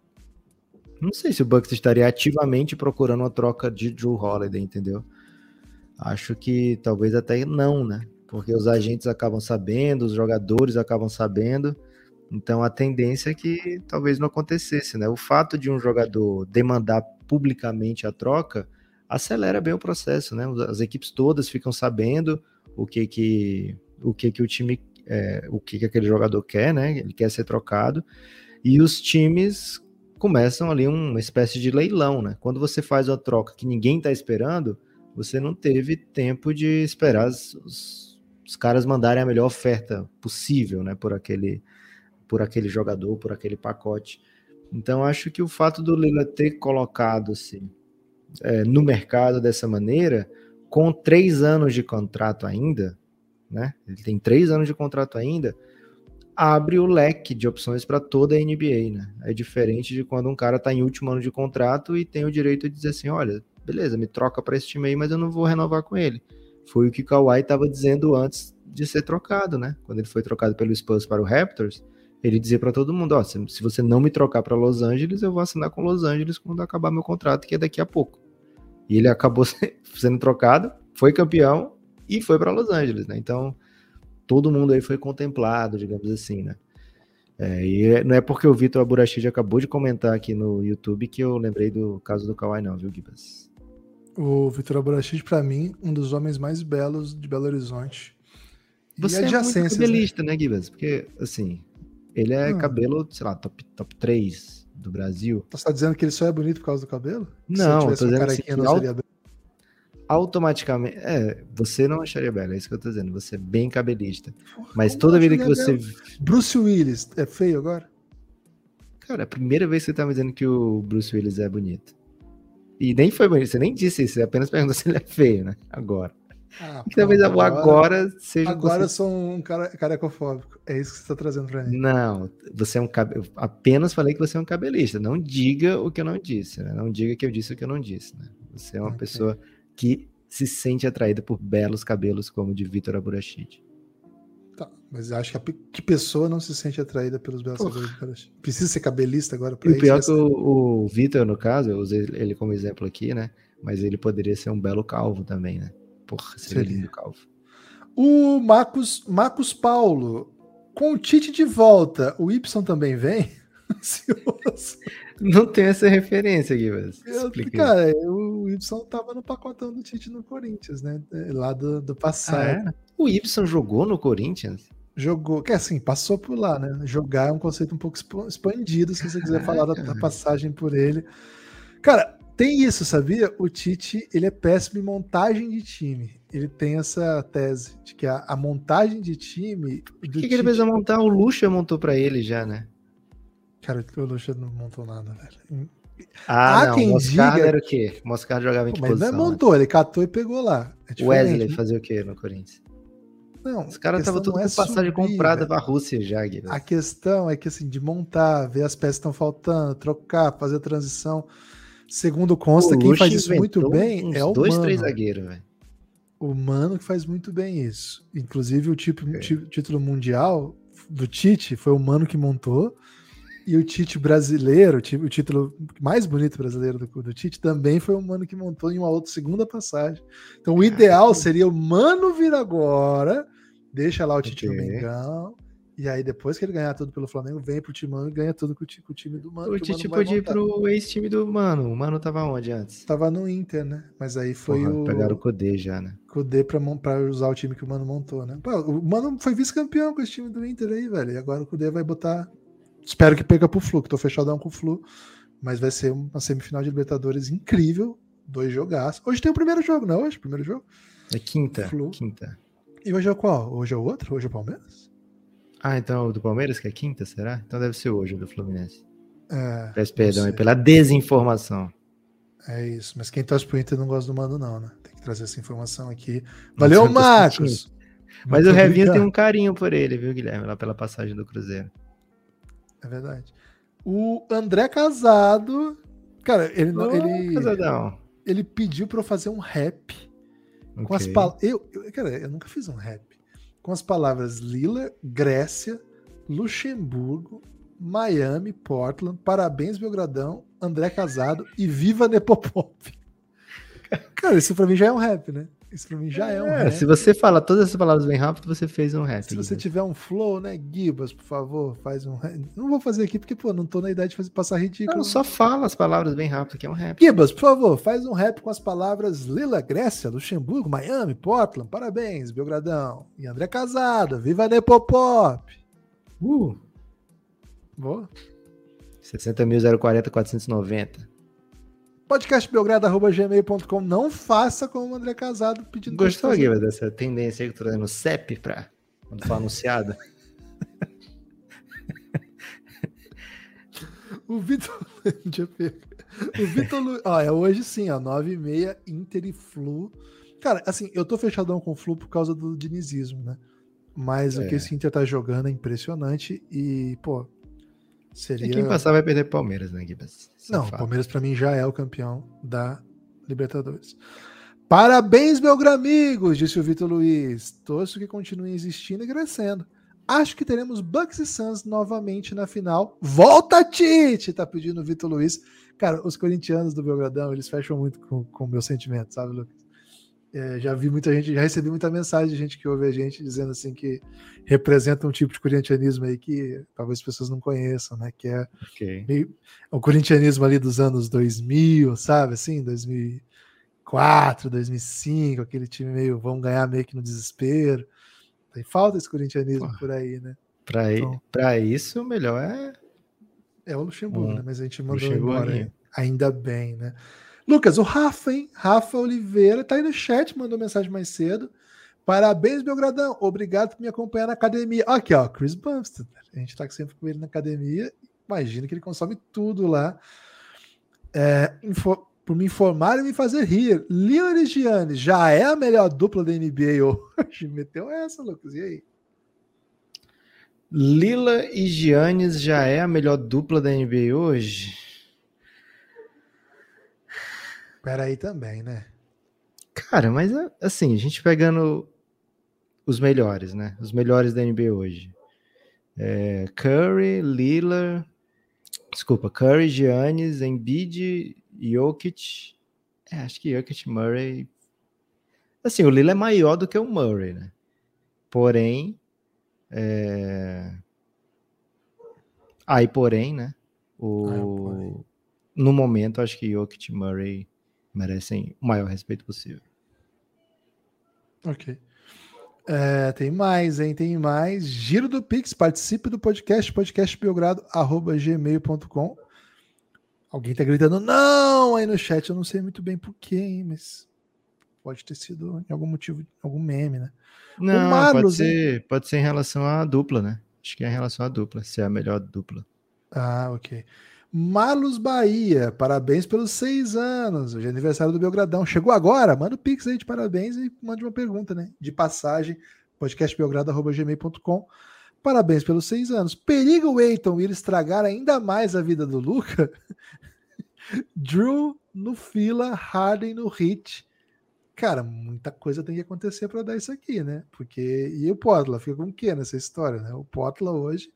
não sei se o Bucks estaria ativamente procurando uma troca de Jrue Holiday, entendeu? Acho que talvez até não, né? Porque os agentes acabam sabendo, os jogadores acabam sabendo, então a tendência é que talvez não acontecesse, né? O fato de um jogador demandar publicamente a troca acelera bem o processo, né? As equipes todas ficam sabendo o que o time, o que aquele jogador quer, né? Ele quer ser trocado, e os times começam ali uma espécie de leilão, né? Quando você faz uma troca que ninguém está esperando, você não teve tempo de esperar os caras mandarem a melhor oferta possível, né? Por aquele jogador, por aquele pacote. Então, acho que o fato do Lillard ter colocado assim, no mercado dessa maneira, com 3 anos de contrato ainda, né? Ele tem 3 anos de contrato ainda, abre o leque de opções para toda a NBA, né? É diferente de quando um cara está em último ano de contrato e tem o direito de dizer assim, olha, beleza, me troca para esse time aí, mas eu não vou renovar com ele. Foi o que o Kawhi estava dizendo antes de ser trocado, né? Quando ele foi trocado pelo Spurs para o Raptors, ele dizia para todo mundo, ó, se você não me trocar para Los Angeles, eu vou assinar com Los Angeles quando acabar meu contrato, que é daqui a pouco. E ele acabou sendo trocado, foi campeão e foi para Los Angeles, né? Então, todo mundo aí foi contemplado, digamos assim, né? E não é porque o Vitor Aburachid acabou de comentar aqui no YouTube que eu lembrei do caso do Kawhi, não, viu, Gibas? O Vitor Aburachid, para mim, um dos homens mais belos de Belo Horizonte. Você é muito cabelista, né, Gibas? Porque, assim, ele é cabelo, sei lá, top 3 do Brasil. Você tá dizendo que ele só é bonito por causa do cabelo? Não, se eu tivesse uma carequinha, não seria belo. Automaticamente, você não acharia belo, é isso que eu tô dizendo, você é bem cabelista. Mas toda vida que você... Bruce Willis é feio agora? Cara, é a primeira vez que você tá me dizendo que o Bruce Willis é bonito. E nem foi bonito, você nem disse isso, você apenas perguntou se ele é feio, né? Agora. Que talvez agora seja... Agora eu sou um cara carecofóbico, é isso que você tá trazendo pra mim. Não, você é eu apenas falei que você é um cabelista, não diga o que eu não disse, né? Não diga que eu disse o que eu não disse, né? Você é uma pessoa que se sente atraída por belos cabelos como o de Vitor Aburachid. Tá, mas eu acho que pessoa não se sente atraída pelos belos cabelos do Aburachid? Precisa ser cabelista agora pra isso? E o pior que o Vitor, no caso, eu usei ele como exemplo aqui, né? Mas ele poderia ser um belo calvo também, né? Porra, seria lindo calvo. O Marcos Paulo, com o Tite de volta, o Y também vem? Não tem essa referência aqui, mas cara, o Y tava no pacotão do Tite no Corinthians, né? Lá do passado. O Y jogou no Corinthians? Jogou, que assim, passou por lá, né? Jogar é um conceito um pouco expandido, se você quiser falar da passagem por ele. Cara, tem isso, sabia? O Tite, ele é péssimo em montagem de time. Ele tem essa tese de que a montagem de time... Por que ele precisa montar? O Lucha montou pra ele já, né? Cara, o Lucha não montou nada, velho. Não, o Moscardo era o quê? O Moscardo jogava em que posição? Mas não montou, ele catou e pegou lá. O Wesley fazia o quê no Corinthians? Não, os caras estavam tudo com passagem comprada pra Rússia já, Guilherme. A questão é que, assim, de montar, ver as peças que estão faltando, trocar, fazer a transição. Segundo consta, quem faz isso muito bem é o Mano. 2-3 zagueiros, velho. O Mano que faz muito bem isso. Inclusive, o título mundial do Tite foi o Mano que montou. E o Tite brasileiro, o título mais bonito brasileiro do Tite, também foi o Mano que montou em uma outra segunda passagem. Então o ideal seria o Mano vir agora, deixa lá o Tite no Mengão, e aí depois que ele ganhar tudo pelo Flamengo, vem pro Timão e ganha tudo com o time do Mano. O Tite podia ir pro ex-time do Mano. O Mano tava onde antes? Tava no Inter, né? Mas aí foi pegaram o Cudê já, né? Cudê pra usar o time que o Mano montou, né? Pô, o Mano foi vice-campeão com esse time do Inter aí, velho. E agora o Cudê vai botar... Espero que perca pro Flu, que tô fechadão com o Flu. Mas vai ser uma semifinal de Libertadores incrível. 2 jogaços. Hoje tem o primeiro jogo, não é hoje? Primeiro jogo? É quinta. Flu. Quinta. E hoje é qual? Hoje é o outro? Hoje é o Palmeiras? Então o do Palmeiras que é quinta, será? Então deve ser hoje o do Fluminense. Peço perdão aí pela desinformação. É isso. Mas quem torce pro Inter não gosta do Mano, não, né? Tem que trazer essa informação aqui. Valeu, Marcos! Mas o Revinho tem um carinho por ele, viu, Guilherme? Lá pela passagem do Cruzeiro. É verdade. O André Casado, cara, ele pediu pra eu fazer um rap com as palavras. Cara, eu nunca fiz um rap com as palavras Lila, Grécia, Luxemburgo, Miami, Portland, parabéns Belgradão, André Casado e viva Nepopop. Cara, isso pra mim já é um rap, né? Isso pra mim já é um rap. Se você fala todas essas palavras bem rápido, você fez um rap. Se você tiver um flow, né, Gibas, por favor, faz um rap. Não vou fazer aqui porque, pô, não tô na idade de passar ridículo. Não, só fala as palavras bem rápido, que é um rap. Gibas, por favor, faz um rap com as palavras Lila, Grécia, Luxemburgo, Miami, Portland, parabéns, Belgradão. E André Casado, viva Nepopop. Boa. 60.040.490. podcastbelgrado@gmail.com. Não faça como o André Casado pedindo. Gostou, Guilherme, dessa tendência aí que eu tô trazendo CEP pra quando for anunciado? O Vitor é hoje sim, ó, 9h30, Inter e Flu. Cara, assim, eu tô fechadão com o Flu por causa do dinizismo, né? Mas o que esse Inter tá jogando é impressionante e, pô, seria... E quem passar vai perder Palmeiras, né, Gibas? Não, o Palmeiras pra mim já é o campeão da Libertadores. Parabéns, meus amigos, disse o Vitor Luiz. Torço que continue existindo e crescendo. Acho que teremos Bucks e Suns novamente na final. Volta, Tite! Tá pedindo o Vitor Luiz. Cara, os corintianos do Belgradão, eles fecham muito com o meu sentimento, sabe, Lucas? Já vi muita gente, já recebi muita mensagem de gente que ouve a gente dizendo assim que representa um tipo de corintianismo aí que talvez as pessoas não conheçam, né? Que é meio, o corintianismo ali dos anos 2000, sabe? Assim, 2004, 2005, aquele time meio, vamos ganhar meio que no desespero. Tem falta esse corintianismo por aí, né? Pra isso, o melhor é o Luxemburgo, né? Mas a gente mandou Luxemburgo embora. Ainda bem, né? Lucas, o Rafa, hein? Rafa Oliveira tá aí no chat, mandou mensagem mais cedo. Parabéns, Belgradão. Obrigado por me acompanhar na academia. Aqui, ó, Chris Bumstead. A gente tá sempre com ele na academia. Imagina que ele consome tudo lá. Por me informar e me fazer rir. Lillard e Giannis já é a melhor dupla da NBA hoje? Meteu essa, Lucas. E aí? Lillard e Giannis já é a melhor dupla da NBA hoje? Peraí também, né? Cara, mas assim, a gente pegando os melhores, né? Os melhores da NBA hoje. Curry, Lillard... Desculpa, Curry, Giannis, Embiid, Jokic... acho que Jokic, Murray... Assim, o Lillard é maior do que o Murray, né? Porém... porém, né? No momento, acho que Jokic e Murray merecem o maior respeito possível. Ok. Tem mais, hein? Tem mais. Giro do Pix, participe do podcast, podcastbelgrado@gmail.com. Alguém tá gritando não aí no chat, eu não sei muito bem porquê, hein? Mas pode ter sido em algum motivo, algum meme, né? Não, o Marlos, pode ser em relação à dupla, né? Acho que é em relação à dupla, se é a melhor dupla. Ah, ok. Marlos Bahia, parabéns pelos 6 anos. Hoje é aniversário do Belgradão. Chegou agora? Manda o Pix aí de parabéns e mande uma pergunta, né? De passagem, podcastbelgrado@gmail.com. Parabéns pelos 6 anos. Periga o Eiton ir estragar ainda mais a vida do Luca? Drew no fila, Harden no hit. Cara, muita coisa tem que acontecer para dar isso aqui, né? Porque. E o Potla fica com o quê nessa história, né? O Potla hoje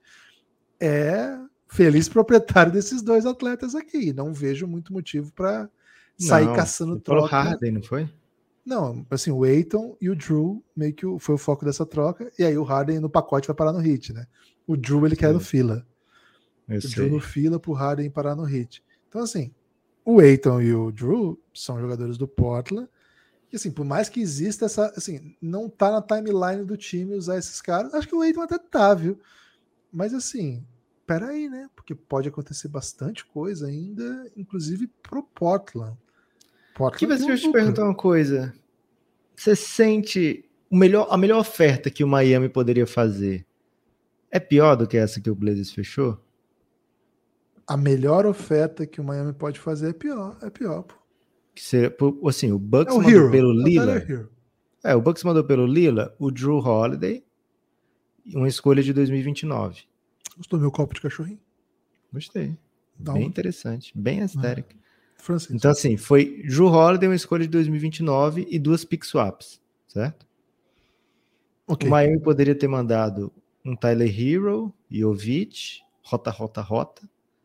é feliz proprietário desses dois atletas aqui. Não vejo muito motivo para sair caçando troca. Falou Harden, não foi? Não, assim, o Ayton e o Drew meio que foi o foco dessa troca, e aí o Harden no pacote vai parar no hit, né? O Drew ele quer no fila. Drew no fila pro Harden parar no hit. Então, assim, o Ayton e o Drew são jogadores do Portland, e assim, por mais que exista essa, assim, não tá na timeline do time usar esses caras, acho que o Ayton até tá, viu? Mas assim, peraí, né? Porque pode acontecer bastante coisa ainda, inclusive pro Portland. Que deixa eu te perguntar uma coisa. Você sente a melhor oferta que o Miami poderia fazer é pior do que essa que o Blazers fechou? A melhor oferta que o Miami pode fazer é pior, pô. Que seria, assim, o Bucks mandou pelo Lillard. O Bucks mandou pelo Lillard o Drew Holiday e uma escolha de 2029. Gostou do meu copo de cachorrinho? Gostei. Bem interessante, bem estético. Francisco. Então, assim, foi Drew Holiday, uma escolha de 2029 e 2 pick swaps, certo? Okay. O Miami poderia ter mandado um Tyler Hero, Jovic, Rota.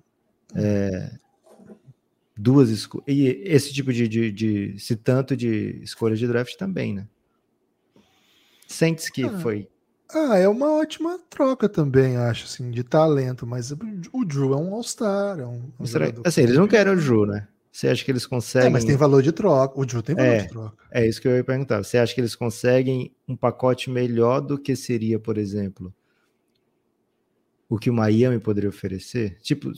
2 escolhas. E esse tipo esse tanto de escolha de draft também, né? Sente que foi. É uma ótima troca também, acho, assim, de talento, mas o Drew é um All-Star. Assim, eles não querem o Drew, né? Você acha que eles conseguem... mas tem valor de troca. O Drew tem valor de troca. É isso que eu ia perguntar. Você acha que eles conseguem um pacote melhor do que seria, por exemplo, o que o Miami poderia oferecer? Tipo...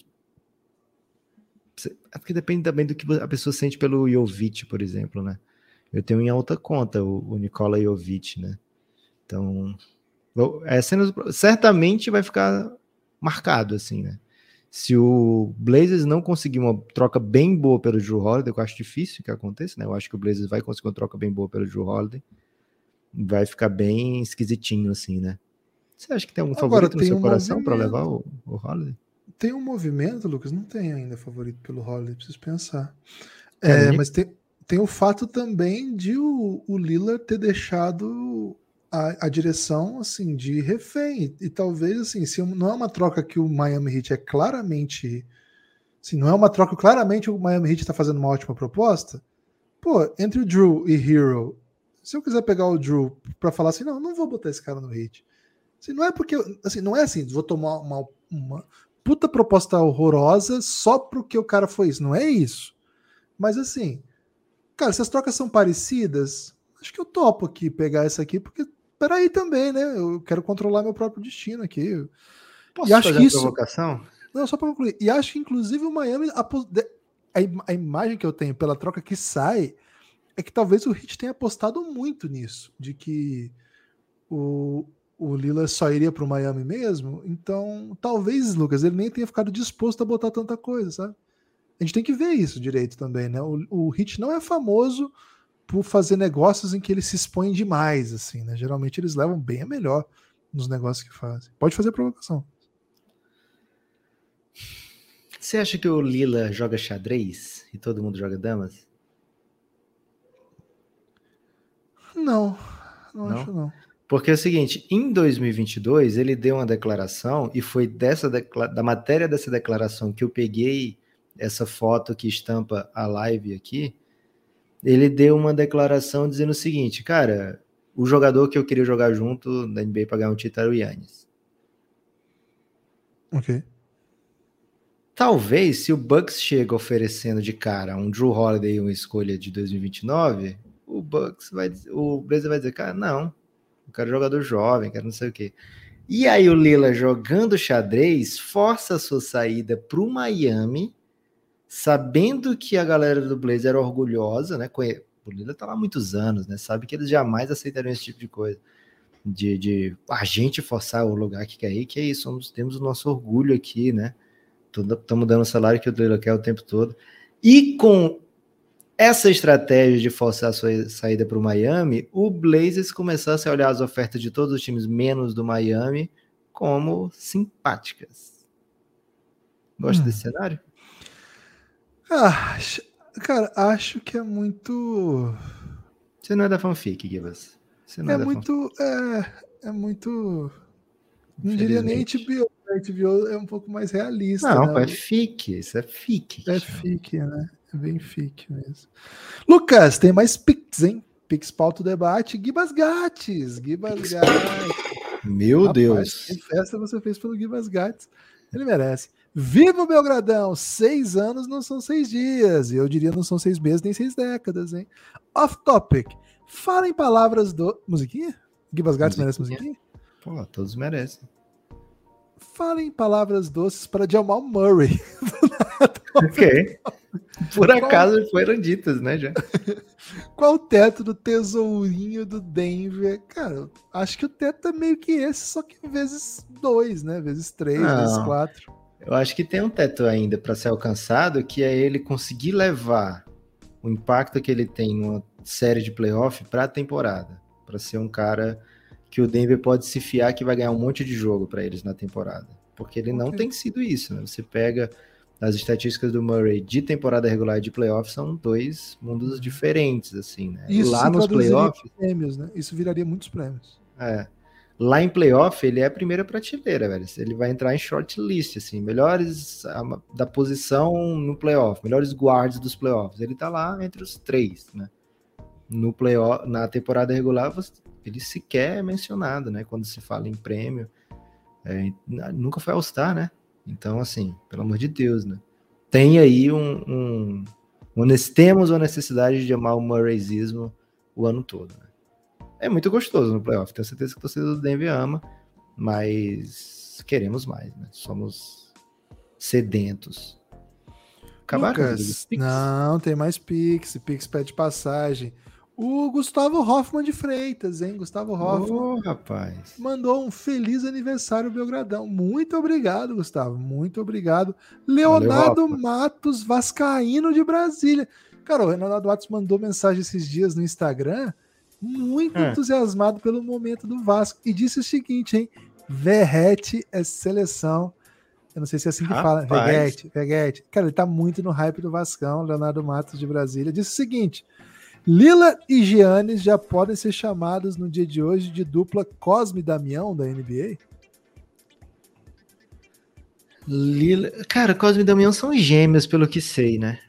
Porque depende também do que a pessoa sente pelo Jovic, por exemplo, né? Eu tenho em alta conta o Nikola Jovic, né? Então... certamente vai ficar marcado, assim, né? Se o Blazers não conseguir uma troca bem boa pelo Drew Holiday, eu acho difícil que aconteça, né? Eu acho que o Blazers vai conseguir uma troca bem boa pelo Drew Holiday. Vai ficar bem esquisitinho, assim, né? Você acha que tem algum favorito no seu coração para levar o Holiday? Tem um movimento, Lucas? Não tem ainda favorito pelo Holiday, preciso pensar. Mas tem o fato também de o Lillard ter deixado a direção, assim, de refém, e talvez, assim, se não é uma troca que o Miami Heat é claramente, assim, não é uma troca que claramente o Miami Heat está fazendo uma ótima proposta, pô, entre o Drew e Hero, se eu quiser pegar o Drew para falar assim, não vou botar esse cara no Heat, assim, não é porque, assim, não é assim, vou tomar uma puta proposta horrorosa só porque o cara foi isso, não é isso, mas assim, cara, se as trocas são parecidas, acho que eu topo aqui pegar essa aqui, porque peraí também, né? Eu quero controlar meu próprio destino aqui. Posso E acho fazer que uma isso... provocação? Não, só para concluir. E acho que, inclusive, o Miami... A imagem que eu tenho pela troca que sai é que talvez o Heat tenha apostado muito nisso, de que o Lillard só iria para o Miami mesmo. Então, talvez, Lucas, ele nem tenha ficado disposto a botar tanta coisa, sabe? A gente tem que ver isso direito também, né? O Heat não é famoso por fazer negócios em que eles se expõem demais, assim, né? Geralmente eles levam bem a melhor nos negócios que fazem. Pode fazer provocação. Você acha que o Lillard joga xadrez e todo mundo joga damas? Não acho não. Porque é o seguinte, em 2022 ele deu uma declaração e foi da matéria dessa declaração que eu peguei essa foto que estampa a live aqui, ele deu uma declaração dizendo o seguinte, cara, o jogador que eu queria jogar junto da NBA para ganhar um título era o Giannis. Ok. Talvez, se o Bucks chega oferecendo de cara um Drew Holiday e uma escolha de 2029, o Blazer vai dizer, cara, não, eu quero jogador jovem, quero não sei o quê. E aí o Lillard jogando xadrez força a sua saída para o Miami, sabendo que a galera do Blazer era orgulhosa, né? O Lillard tá lá há muitos anos, né? Sabe que eles jamais aceitariam esse tipo de coisa. De a gente forçar o lugar que quer ir, que é isso, temos o nosso orgulho aqui, né? Estamos dando o salário que o Lillard quer o tempo todo. E com essa estratégia de forçar a sua saída para o Miami, o Blazers começasse a olhar as ofertas de todos os times, menos do Miami, como simpáticas. Gosta desse cenário? Cara, acho que é muito... Você não é da fanfic, Gibas. Você não é da muito... É muito... Não diria nem HBO. A HBO é um pouco mais realista, não, né? é fic. Isso é fic. É fic, né? É bem fic mesmo. Lucas, tem mais Pix, hein? Pix pauta o debate. Gibas Gates. Meu Rapaz, Deus. que festa você fez pelo Gibas Gates. Ele merece. Viva o Belgradão! 6 anos não são 6 dias. E eu diria não são 6 meses nem 6 décadas, hein? Off topic. Fala em palavras do... Musiquinha? Gibas Gates merece musiquinha? Pô, todos merecem. Fala em palavras doces para Jamal Murray. Ok. Por acaso foram ditas, né, já. Qual o teto do tesourinho do Denver? Cara, acho que o teto é meio que esse, só que vezes 2, né? Vezes 3, vezes 4. Eu acho que tem um teto ainda para ser alcançado, que é ele conseguir levar o impacto que ele tem numa série de playoff para a temporada. Para ser um cara que o Denver pode se fiar que vai ganhar um monte de jogo para eles na temporada. Porque ele não tem sido isso, né? Você pega as estatísticas do Murray de temporada regular e de playoff, são 2 mundos diferentes, assim, né? Isso lá nos playoffs, prêmios, né? Isso viraria muitos prêmios. Lá em playoff, ele é a primeira prateleira, velho. Ele vai entrar em shortlist, assim, melhores da posição no playoff, melhores guards dos playoffs. Ele tá lá entre os 3, né? No playoff, na temporada regular, ele sequer é mencionado, né? Quando se fala em prêmio. Nunca foi All-Star, né? Então, assim, pelo amor de Deus, né? Tem aí temos uma necessidade de amar o Murrayismo o ano todo, né? É muito gostoso no playoff, tenho certeza que o torcedor do Denver ama, mas queremos mais, né? Somos sedentos. Acabaram, Lucas, não, tem mais Pix. Pix pede passagem. O Gustavo Hoffman de Freitas, hein? Gustavo Hoffman. Rapaz. Mandou um feliz aniversário, Belgradão. Muito obrigado, Gustavo. Muito obrigado. Leonardo Matos, vascaíno de Brasília. Cara, o Leonardo Matos mandou mensagem esses dias no Instagram, muito entusiasmado pelo momento do Vasco. E disse o seguinte, hein? Verrete é seleção. Eu não sei se é assim que fala. Veguete. Cara, ele tá muito no hype do Vascão, Leonardo Matos de Brasília. Disse o seguinte... Lillard e Giannis já podem ser chamados no dia de hoje de dupla Cosme e Damião da NBA? Cara, Cosme e Damião são gêmeos, pelo que sei, né?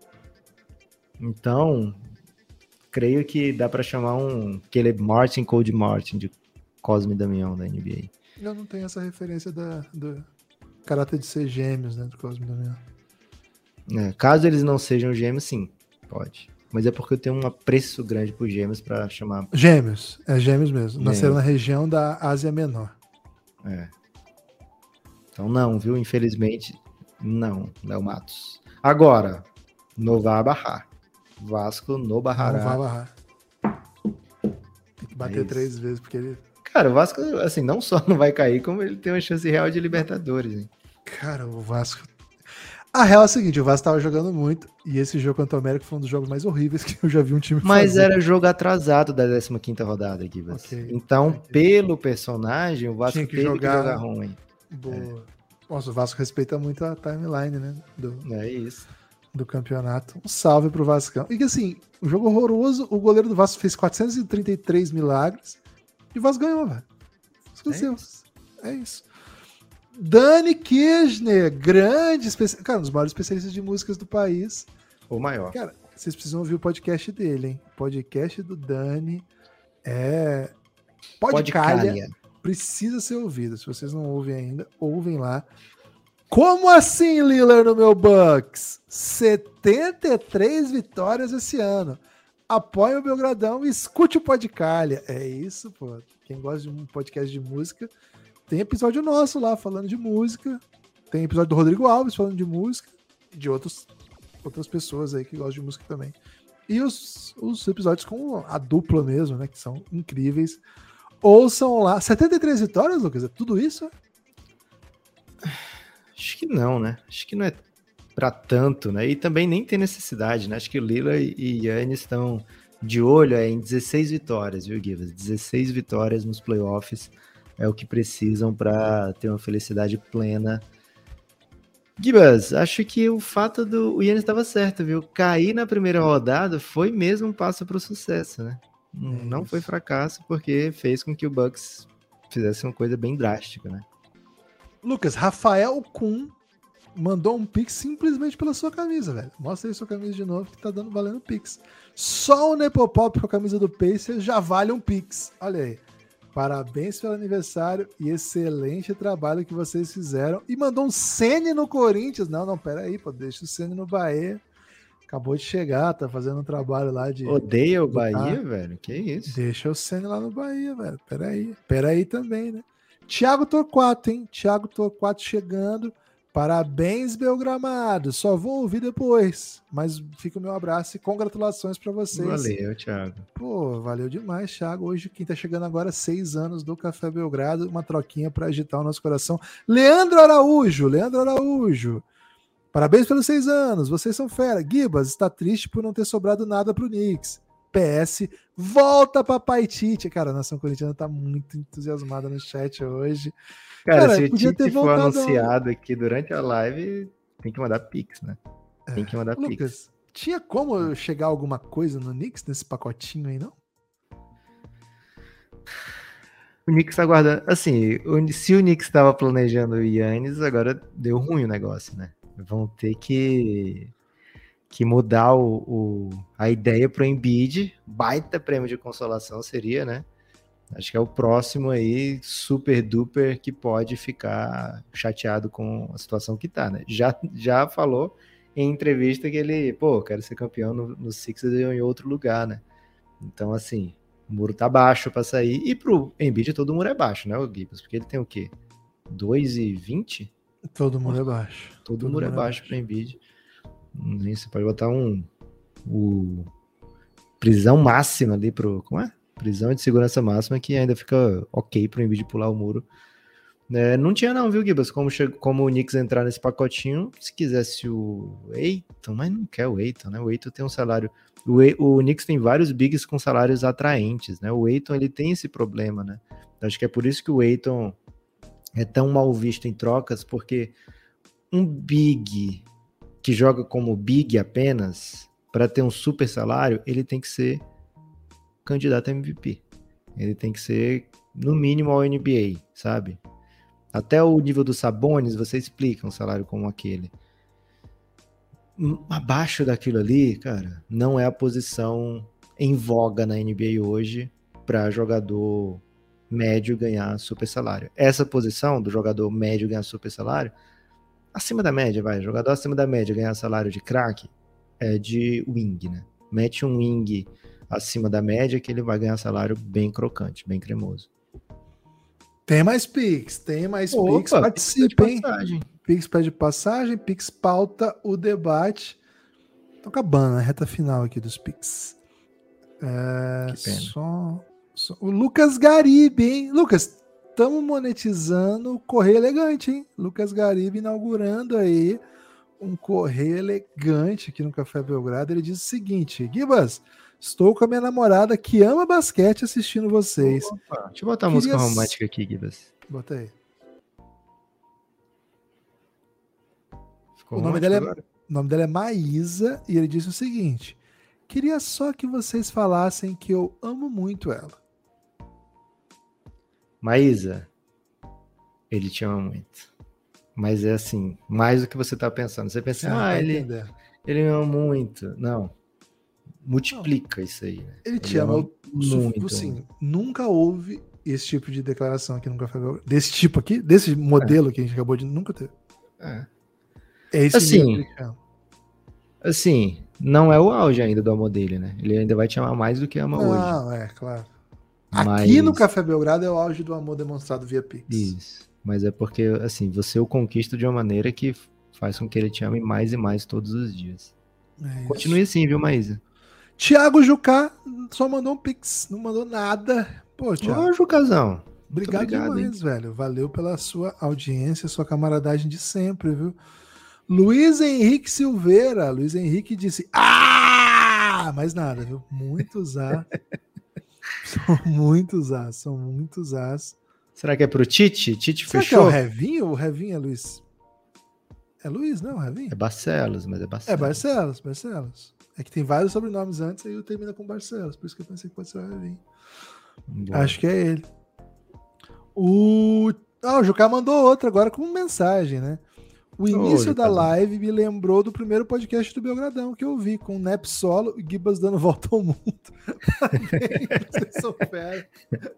Então, creio que dá para chamar Caleb Martin, Cody Martin de Cosme e Damião da NBA. Eu não tenho essa referência do caráter de ser gêmeos, né, do Cosme e Damião. Caso eles não sejam gêmeos, sim, pode. mas é porque eu tenho um apreço grande por Gêmeos pra chamar. Gêmeos, é Gêmeos mesmo. Nasceram Gêmeos. na região da Ásia Menor. É. Então não, viu? Infelizmente, não, Léo Matos. Agora, no vai barrar. Vasco no barrará. Não vai barrar. Tem que bater isso. 3 vezes, porque ele... Cara, o Vasco, assim, não só não vai cair, como ele tem uma chance real de Libertadores, hein? Cara, o Vasco... A real é a seguinte, o Vasco tava jogando muito, e esse jogo contra o América foi um dos jogos mais horríveis que eu já vi um time Mas fazer. era jogo atrasado da 15ª rodada aqui, Ok. Então, Ok. pelo personagem, o Vasco Tinha que teve que jogar- jogar ruim. Boa. Nossa, o Vasco respeita muito a timeline, né? É isso. Do campeonato. Um salve pro Vascão. E que assim, um jogo horroroso, o goleiro do Vasco fez 433 milagres e o Vasco ganhou, velho. É isso. Dani Kirchner, grande especialista. Cara, um dos maiores especialistas de músicas do país. O maior. Cara, vocês precisam ouvir o podcast dele, hein? O podcast do Dani é. Podcalha. Precisa ser ouvido. Se vocês não ouvem ainda, ouvem lá. Como assim, Lillard no meu Bucks? 73 vitórias esse ano. Apoie o Belgradão e escute o Podcalha. É isso, pô. Quem gosta de um podcast de música, tem episódio nosso lá falando de música. Tem episódio do Rodrigo Alves falando de música. E de outras pessoas aí que gostam de música também. E os episódios com a dupla mesmo, né? Que são incríveis. Ouçam lá. 73 vitórias, Lucas? É tudo isso? Acho que não, né? Acho que não é pra tanto, né? E também nem tem necessidade, né? Acho que o Lila e Yannis estão de olho em 16 vitórias, viu, Givas? 16 vitórias nos playoffs é o que precisam para ter uma felicidade plena. Gibas, acho que o fato do Yannis estava certo, viu? Cair na primeira rodada foi mesmo um passo para o sucesso, né? Não foi fracasso, porque fez com que o Bucks fizesse uma coisa bem drástica, né? Lucas, Rafael Kuhn mandou um pix simplesmente pela sua camisa, velho. Mostra aí sua camisa de novo que tá valendo pix. Só o Nepopop com a camisa do Pacers já vale um pix. Olha aí. Parabéns pelo aniversário e excelente trabalho que vocês fizeram. E mandou um Ceni no Corinthians. Não, pera aí, pô. Deixa o Ceni no Bahia. Acabou de chegar, tá fazendo um trabalho lá de... Odeia o Bahia, velho? Que isso? Deixa o Ceni lá no Bahia, velho. Pera aí também, né? Thiago Torquato, hein? Thiago Torquato chegando. Parabéns, Belgramado. Só vou ouvir depois. Mas fica o meu abraço e congratulações pra vocês. Valeu, Thiago. Pô, valeu demais, Thiago. Hoje, quem tá chegando agora, 6 anos do Café Belgrado. Uma troquinha pra agitar o nosso coração. Leandro Araújo. Parabéns pelos 6 anos. Vocês são fera. Gibas está triste por não ter sobrado nada pro Knicks. PS, volta Papai Tite. Cara, a nação corintiana tá muito entusiasmada no chat hoje. Cara, se o podia Tite ter for voltado anunciado aqui durante a live, tem que mandar pix, né? Tem que mandar pix. Lucas, tinha como chegar alguma coisa no Knicks nesse pacotinho aí, não? O Knicks tá guardando... Assim, se o Knicks estava planejando o Yannis, agora deu ruim o negócio, né? Vão ter que mudar a ideia pro Embiid. Baita prêmio de consolação seria, né? Acho que é o próximo aí, super duper, que pode ficar chateado com a situação que tá, né? Já falou em entrevista que ele, quero ser campeão no Sixers e em outro lugar, né? Então, assim, o muro tá baixo pra sair. E pro Embiid todo muro é baixo, né, o Gibbs? Porque ele tem o quê? 2,20? Todo mundo é baixo. Todo muro é baixo para Embiid. Você pode botar prisão máxima ali como é? Prisão de segurança máxima que ainda fica ok pro Embiid pular o muro. Não tinha não, viu, Gibas? Como o Knicks entrar nesse pacotinho, se quisesse o Ayton, mas não quer o Ayton, né? O Ayton tem um salário... O Knicks tem vários bigs com salários atraentes, né? O Ayton, ele tem esse problema, né? Acho que é por isso que o Ayton é tão mal visto em trocas, porque um big que joga como big apenas, para ter um super salário, ele tem que ser candidato a MVP. Ele tem que ser, no mínimo, ao NBA, sabe? Até o nível dos Sabonis, você explica um salário como aquele. Abaixo daquilo ali, cara, não é a posição em voga na NBA hoje para jogador médio ganhar super salário. Essa posição do jogador médio ganhar super salário, acima da média, jogador acima da média ganhar salário de craque, é de wing, né? mete um wing acima da média que ele vai ganhar salário bem crocante, bem cremoso. Tem mais Pix, Pix. Participe, hein? Pix pede passagem, Pix pauta o debate. Tô acabando a reta final aqui dos Pix. Que pena. O Lucas Garibe, hein? Lucas, estamos monetizando o Correio Elegante, hein? Lucas Garibe inaugurando aí um Correio Elegante aqui no Café Belgrado. Ele diz o seguinte: Gibas, estou com a minha namorada que ama basquete assistindo vocês. Opa, deixa eu botar a música romântica aqui, Gibas. Bota aí. Ficou O nome dela é Maísa e ele disse o seguinte: queria só que vocês falassem que eu amo muito ela. Maísa, ele te ama muito. Mas é assim, mais do que você tá pensando. Você pensa, ele me ama muito. Não. Multiplica isso aí. Né? Ele te ama muito. Assim, nunca houve esse tipo de declaração aqui no Café Belgrado. Desse tipo aqui, desse modelo que a gente acabou de... Nunca teve. É esse assim, assim, não é o auge ainda do amor dele, né? Ele ainda vai te amar mais do que ama hoje. Não, claro. Aqui no Café Belgrado é o auge do amor demonstrado via Pix. Isso. Mas é porque, assim, você o conquista de uma maneira que faz com que ele te ame mais e mais todos os dias. Continue assim, viu, Maísa? Thiago Jucá só mandou um Pix, não mandou nada. Pô, Thiago. Ô, Jucazão. Obrigado demais, velho. Valeu pela sua audiência, sua camaradagem de sempre, viu? Luiz Henrique Silveira. Luiz Henrique disse: mais nada, viu? Muitos A. São muitos As. Será que é pro Tite? Tite Será fechou? Que é o Revinho? O Revinho é Luiz? É Luiz, não? Revinho? É Barcelos, mas é Barcelos. É Barcelos. É que tem vários sobrenomes antes, aí termina com Barcelos. Por isso que eu pensei que pode ser o Revinho. Boa. Acho que é ele. O Jucá mandou outra agora com mensagem, né? O início da live me lembrou do primeiro podcast do Belgradão que eu vi, com o Nep Solo e Gibas dando volta ao mundo. Vocês são fera.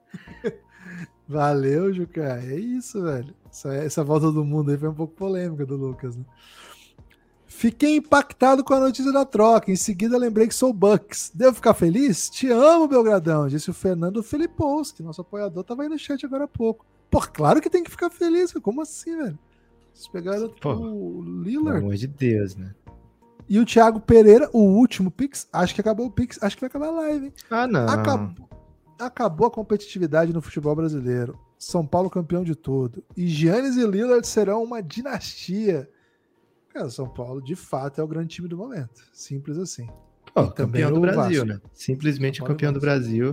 Valeu, Jucá. É isso, velho. Essa volta do mundo aí foi um pouco polêmica do Lucas, né? Fiquei impactado com a notícia da troca. Em seguida, lembrei que sou Bucks. Devo ficar feliz? Te amo, Belgradão, disse o Fernando Filipowski, nosso apoiador. Tava aí no chat agora há pouco. Pô, claro que tem que ficar feliz. Como assim, velho? Vocês pegaram o Lillard. Pelo amor de Deus, né? E o Thiago Pereira, o último Pix. Acho que acabou o Pix. Acho que vai acabar a live, hein? Não. Acabou a competitividade no futebol brasileiro. São Paulo campeão de tudo. E Giannis e Lillard serão uma dinastia. Cara, São Paulo, de fato, é o grande time do momento. Simples assim. Campeão do Brasil, né? Simplesmente campeão do Brasil.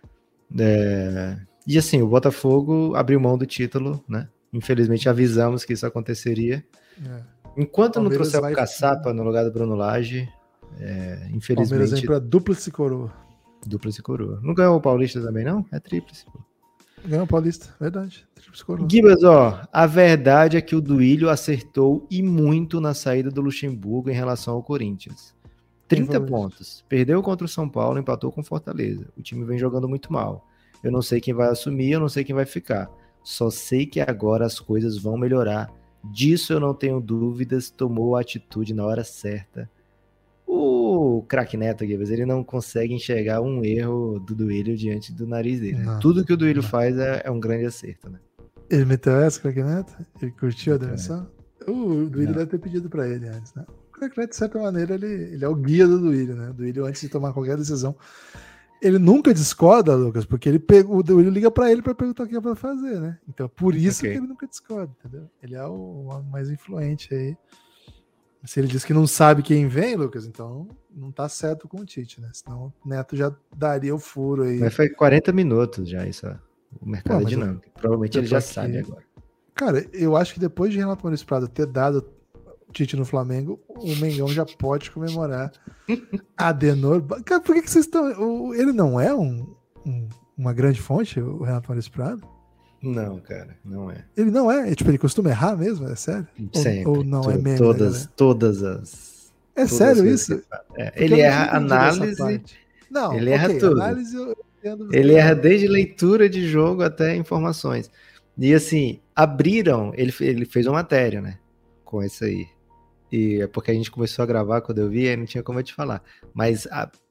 E assim, o Botafogo abriu mão do título, né? Infelizmente avisamos que isso aconteceria. Enquanto não trouxer o Caçapa no lugar do Bruno Lage, infelizmente... Palmeiras vem pra dúplice coroa. Dúplice coroa. Não ganhou o Paulista também, não? É tríplice, pô. Ganhou o Paulista, verdade. Gibas, a verdade é que o Duílio acertou e muito na saída do Luxemburgo em relação ao Corinthians. 30 pontos. Perdeu contra o São Paulo, empatou com o Fortaleza. O time vem jogando muito mal. Eu não sei quem vai assumir, eu não sei quem vai ficar. Só sei que agora as coisas vão melhorar. Disso eu não tenho dúvidas. Tomou a atitude na hora certa. O craque Neto, Gibas, ele não consegue enxergar um erro do Duílio diante do nariz dele. Tudo que o Duílio faz é um grande acerto, né? Ele meteu essa, craque Neto? Ele curtiu a demissão? O Duílio deve ter pedido pra ele antes, né? O craque Neto, de certa maneira, ele é o guia do Duílio, né? O Duílio, antes de tomar qualquer decisão, ele nunca discorda, Lucas, porque o Duílio liga pra ele pra perguntar o que é pra fazer, né? Então, por isso que ele nunca discorda, entendeu? Ele é o mais influente aí. Se ele diz que não sabe quem vem, Lucas, então não tá certo com o Tite, né? Senão o Neto já daria o furo aí. Mas foi 40 minutos já, isso. O mercado é dinâmico. Provavelmente ele já sabe agora. Cara, eu acho que depois de Renato Maurício Prado ter dado o Tite no Flamengo, o Mengão já pode comemorar Adenor. Cara, por que vocês estão... Ele não é uma grande fonte, o Renato Maurício Prado? Não, cara, não é. Ele não é? Tipo, ele costuma errar mesmo? É sério? Sempre. Ou não é mesmo? Todas as... É sério isso? Ele erra análise... Não, ele erra tudo. Análise ele erra desde leitura de jogo até informações. E assim, ele fez uma matéria, né? Com isso aí. E é porque a gente começou a gravar quando eu vi, aí não tinha como eu te falar. Mas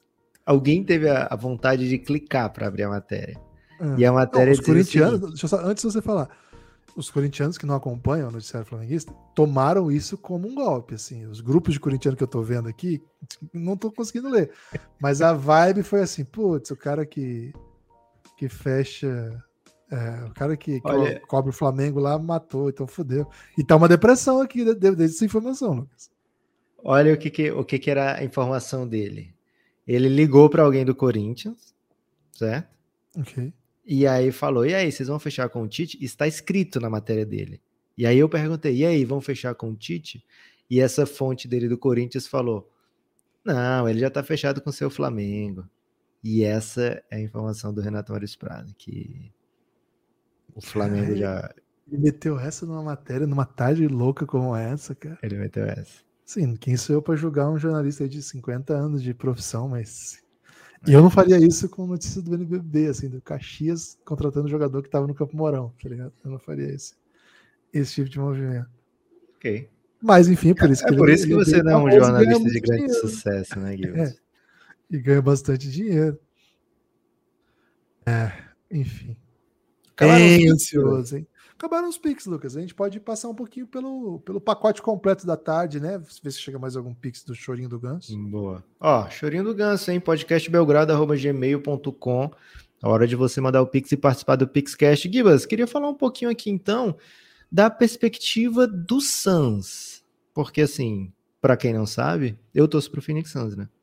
alguém teve a vontade de clicar para abrir a matéria. E a Não, matéria os dizia o corintianos, seguinte, deixa eu só, antes de você falar, os corintianos que não acompanham o noticiário flamenguista tomaram isso como um golpe, assim, os grupos de corintianos que eu tô vendo aqui, não tô conseguindo ler, mas a vibe foi assim, putz, o cara que fecha, o cara que olha, cobre o Flamengo lá matou, então fodeu. E tá uma depressão aqui desde essa informação, Lucas. olha o que era a informação dele. Ele ligou para alguém do Corinthians, certo? Ok. E aí falou, e aí, vocês vão fechar com o Tite? Está escrito na matéria dele. E aí eu perguntei, e aí, vão fechar com o Tite? E essa fonte dele do Corinthians falou, não, ele já está fechado com o seu Flamengo. E essa é a informação do Renato Maurício Prado, que o Flamengo já... Ele meteu essa numa matéria, numa tarde louca como essa, cara. Ele meteu essa. Sim, quem sou eu para julgar um jornalista de 50 anos de profissão, mas... E eu não faria isso com notícia do NBB, assim, do Caxias contratando um jogador que estava no Campo Mourão, tá ligado? Eu não faria esse tipo de movimento. Ok. Mas, enfim, por isso que por isso que ele você veio não é um famoso e ganha jornalista de muito grande dinheiro. sucesso, né, Guilherme? E ganha bastante dinheiro. Enfim. Acabaram Ansioso, hein? Acabaram os Pix, Lucas. A gente pode passar um pouquinho pelo pacote completo da tarde, né? Ver se chega mais algum Pix do Chorinho do Ganso. Boa. Ó, Chorinho do Ganso, hein? podcastbelgrado@gmail.com. A hora de você mandar o Pix e participar do PixCast. Gibas, queria falar um pouquinho aqui, então, da perspectiva do Suns. Porque, assim, para quem não sabe, eu torço pro Phoenix Suns, né?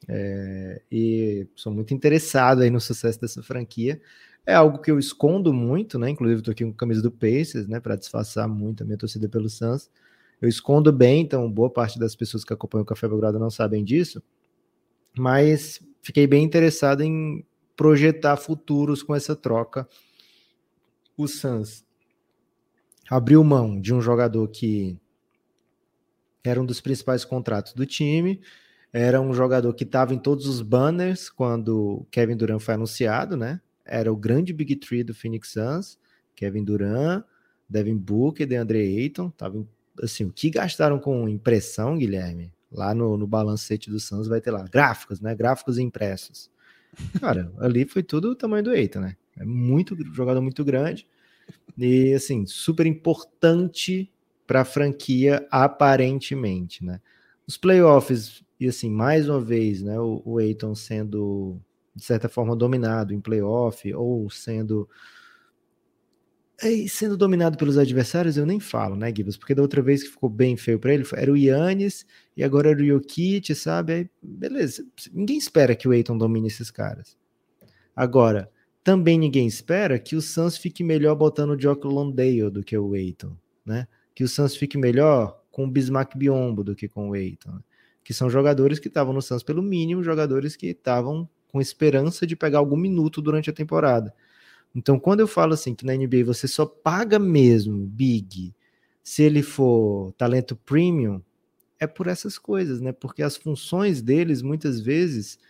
E sou muito interessado aí no sucesso dessa franquia. É algo que eu escondo muito, né? Inclusive, tô aqui com a camisa do Pacers, né? Para disfarçar muito a minha torcida pelo Suns. Eu escondo bem, então boa parte das pessoas que acompanham o Café Belgrado não sabem disso. Mas fiquei bem interessado em projetar futuros com essa troca. O Suns abriu mão de um jogador que era um dos principais contratos do time, era um jogador que estava em todos os banners quando Kevin Durant foi anunciado, né? Era o grande Big Three do Phoenix Suns, Kevin Durant, Devin Booker, DeAndre Ayton, tava assim, o que gastaram com impressão, Guilherme? Lá no balancete do Suns vai ter lá gráficos, né? Gráficos impressos. Cara, ali foi tudo o tamanho do Ayton, né? É muito jogador muito grande e assim, super importante para a franquia aparentemente, né? Os playoffs e assim, mais uma vez, né, o Ayton sendo de certa forma dominado em playoff ou sendo dominado pelos adversários, eu nem falo, né, Gibbs? Porque da outra vez que ficou bem feio para ele, era o Giannis e agora era o Jokic, sabe? Aí, beleza. Ninguém espera que o Ayton domine esses caras. Agora, também ninguém espera que o Suns fique melhor botando o Jock Landale do que o Ayton, né? Que o Suns fique melhor com o Bismack Biyombo do que com o Ayton, né? Que são jogadores que estavam no Suns pelo mínimo, jogadores que estavam com esperança de pegar algum minuto durante a temporada. Então, quando eu falo assim que na NBA você só paga mesmo Big se ele for talento premium, é por essas coisas, né? Porque as funções deles muitas vezes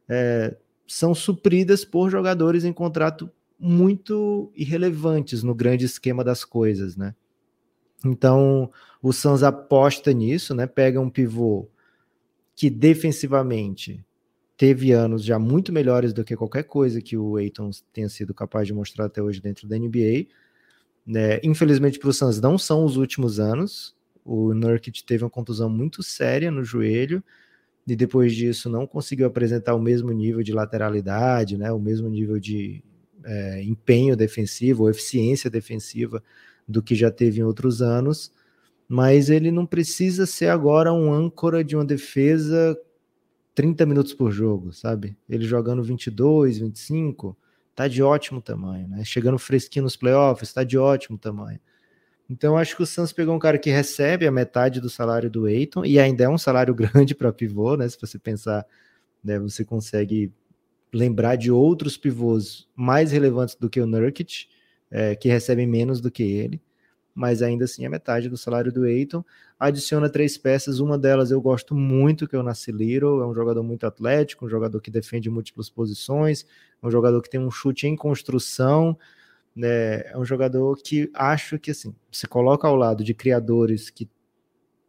são supridas por jogadores em contrato muito irrelevantes no grande esquema das coisas, né? Então, o Suns aposta nisso, né? Pega um pivô que defensivamente teve anos já muito melhores do que qualquer coisa que o Ayton tenha sido capaz de mostrar até hoje dentro da NBA. Né? Infelizmente para o Suns não são os últimos anos. O Nurkic teve uma contusão muito séria no joelho e depois disso não conseguiu apresentar o mesmo nível de lateralidade, né? O mesmo nível de empenho defensivo ou eficiência defensiva do que já teve em outros anos. Mas ele não precisa ser agora um âncora de uma defesa 30 minutos por jogo, sabe? Ele jogando 22, 25, tá de ótimo tamanho, né? Chegando fresquinho nos playoffs, tá de ótimo tamanho. Então, acho que o Suns pegou um cara que recebe a metade do salário do Ayton, e ainda é um salário grande para pivô, né? Se você pensar, né, você consegue lembrar de outros pivôs mais relevantes do que o Nurkic, que recebem menos do que ele, mas ainda assim é metade do salário do Ayton. Adiciona 3 peças, uma delas eu gosto muito, que é o Nasir Little, é um jogador muito atlético, um jogador que defende múltiplas posições, um jogador que tem um chute em construção, né? É um jogador que acho que assim, se coloca ao lado de criadores que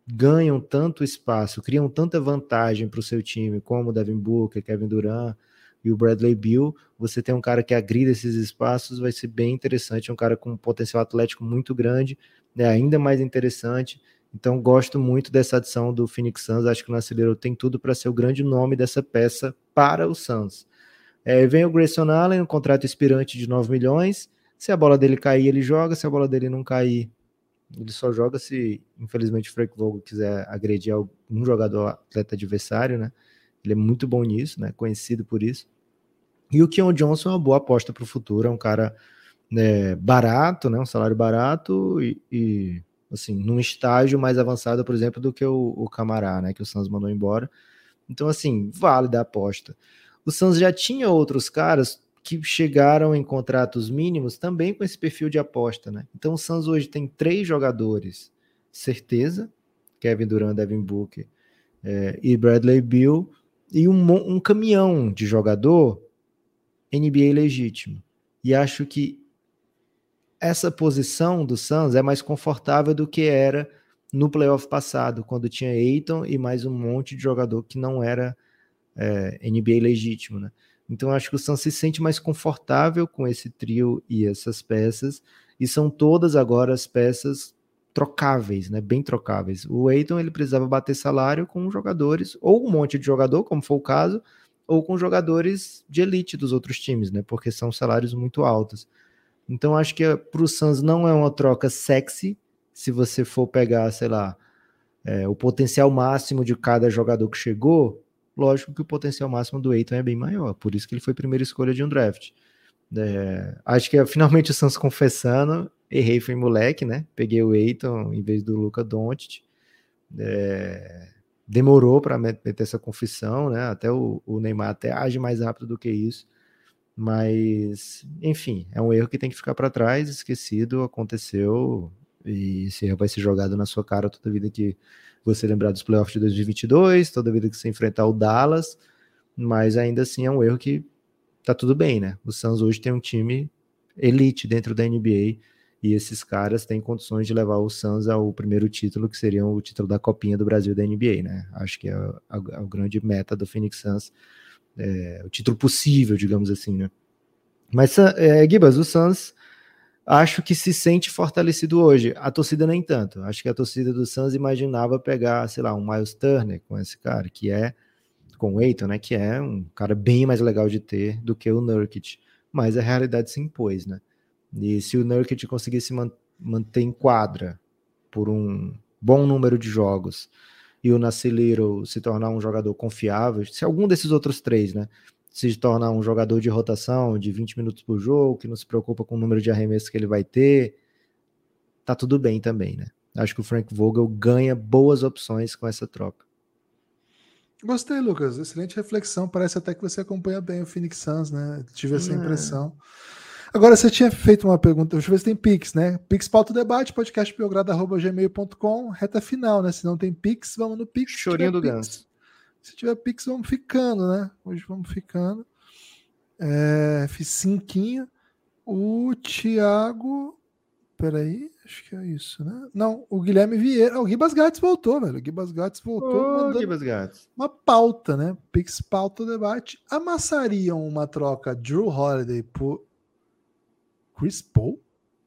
ganham tanto espaço, criam tanta vantagem para o seu time, como o Devin Booker, Kevin Durant e o Bradley Beal, você tem um cara que agrida esses espaços, vai ser bem interessante, um cara com um potencial atlético muito grande, né, ainda mais interessante. Então gosto muito dessa adição do Phoenix Suns, acho que o Nasir Little tem tudo para ser o grande nome dessa peça para o Suns. Vem o Grayson Allen, um contrato expirante de 9 milhões, se a bola dele cair, ele joga, se a bola dele não cair, ele só joga se, infelizmente, o Frank Vogel quiser agredir algum jogador atleta adversário, né? Ele é muito bom nisso, né? Conhecido por isso. E o Keon Johnson é uma boa aposta para o futuro, é um cara, né, barato, né? Um salário barato e assim, num estágio mais avançado, por exemplo, do que o Camará, né? Que o Suns mandou embora. Então, assim, válida a aposta. O Suns já tinha outros caras que chegaram em contratos mínimos também com esse perfil de aposta, né? Então o Suns hoje tem 3 jogadores, certeza, Kevin Durant, Devin Booker e Bradley Beal, e um caminhão de jogador NBA legítimo. E acho que essa posição do Suns é mais confortável do que era no playoff passado, quando tinha Ayton e mais um monte de jogador que não era NBA legítimo, né? Então acho que o Suns se sente mais confortável com esse trio e essas peças, e são todas agora as peças trocáveis, né? Bem trocáveis. O Ayton, ele precisava bater salário com jogadores, ou um monte de jogador, como foi o caso, ou com jogadores de elite dos outros times, né? Porque são salários muito altos. Então acho que para o Suns não é uma troca sexy, se você for pegar, sei lá, o potencial máximo de cada jogador que chegou. Lógico que o potencial máximo do Ayton é bem maior, por isso que ele foi primeira escolha de um draft. Acho que é finalmente o Suns confessando, errei, fui moleque, né? Peguei o Ayton em vez do Luka Doncic. Demorou para meter essa confissão, né? Até o Neymar até age mais rápido do que isso. Mas, enfim, é um erro que tem que ficar para trás, esquecido, aconteceu, e esse erro vai ser jogado na sua cara toda vida que você lembrar dos playoffs de 2022, toda vida que você enfrentar o Dallas, mas ainda assim é um erro que tá tudo bem, né? O Suns hoje tem um time elite dentro da NBA e esses caras têm condições de levar o Suns ao primeiro título, que seria o título da Copinha do Brasil da NBA, né? Acho que é a grande meta do Phoenix Suns, o título possível, digamos assim, né? Mas, Gibas, o Suns acho que se sente fortalecido hoje. A torcida nem tanto. Acho que a torcida do Suns imaginava pegar, sei lá, um Miles Turner com esse cara, com o Ayton, né, que é um cara bem mais legal de ter do que o Nurkic. Mas a realidade se impôs, né? E se o Nurkic conseguisse manter em quadra por um bom número de jogos e o Nasir Little se tornar um jogador confiável, se algum desses outros 3, né, se tornar um jogador de rotação de 20 minutos por jogo, que não se preocupa com o número de arremessos que ele vai ter, tá tudo bem também, né? Acho que o Frank Vogel ganha boas opções com essa troca. Gostei, Lucas. Excelente reflexão. Parece até que você acompanha bem o Phoenix Suns, né? Tive essa impressão. Agora, você tinha feito uma pergunta, deixa eu ver se tem Pix, né? Pix Pauta Debate, podcastbelgrado@gmail.com, reta final, né? Se não tem Pix, vamos no Pix. Chorinho do Ganso. Se tiver Pix, vamos ficando, né? Hoje vamos ficando. Fiz 5. O Thiago... Peraí, acho que é isso, né? Não, o Guilherme Vieira... o Gibas Gats voltou, velho. O Gibas Gats voltou mandando Gibas Gats. Uma pauta, né? Pix Pauta Debate. Amassariam uma troca Drew Holiday por Chris Paul?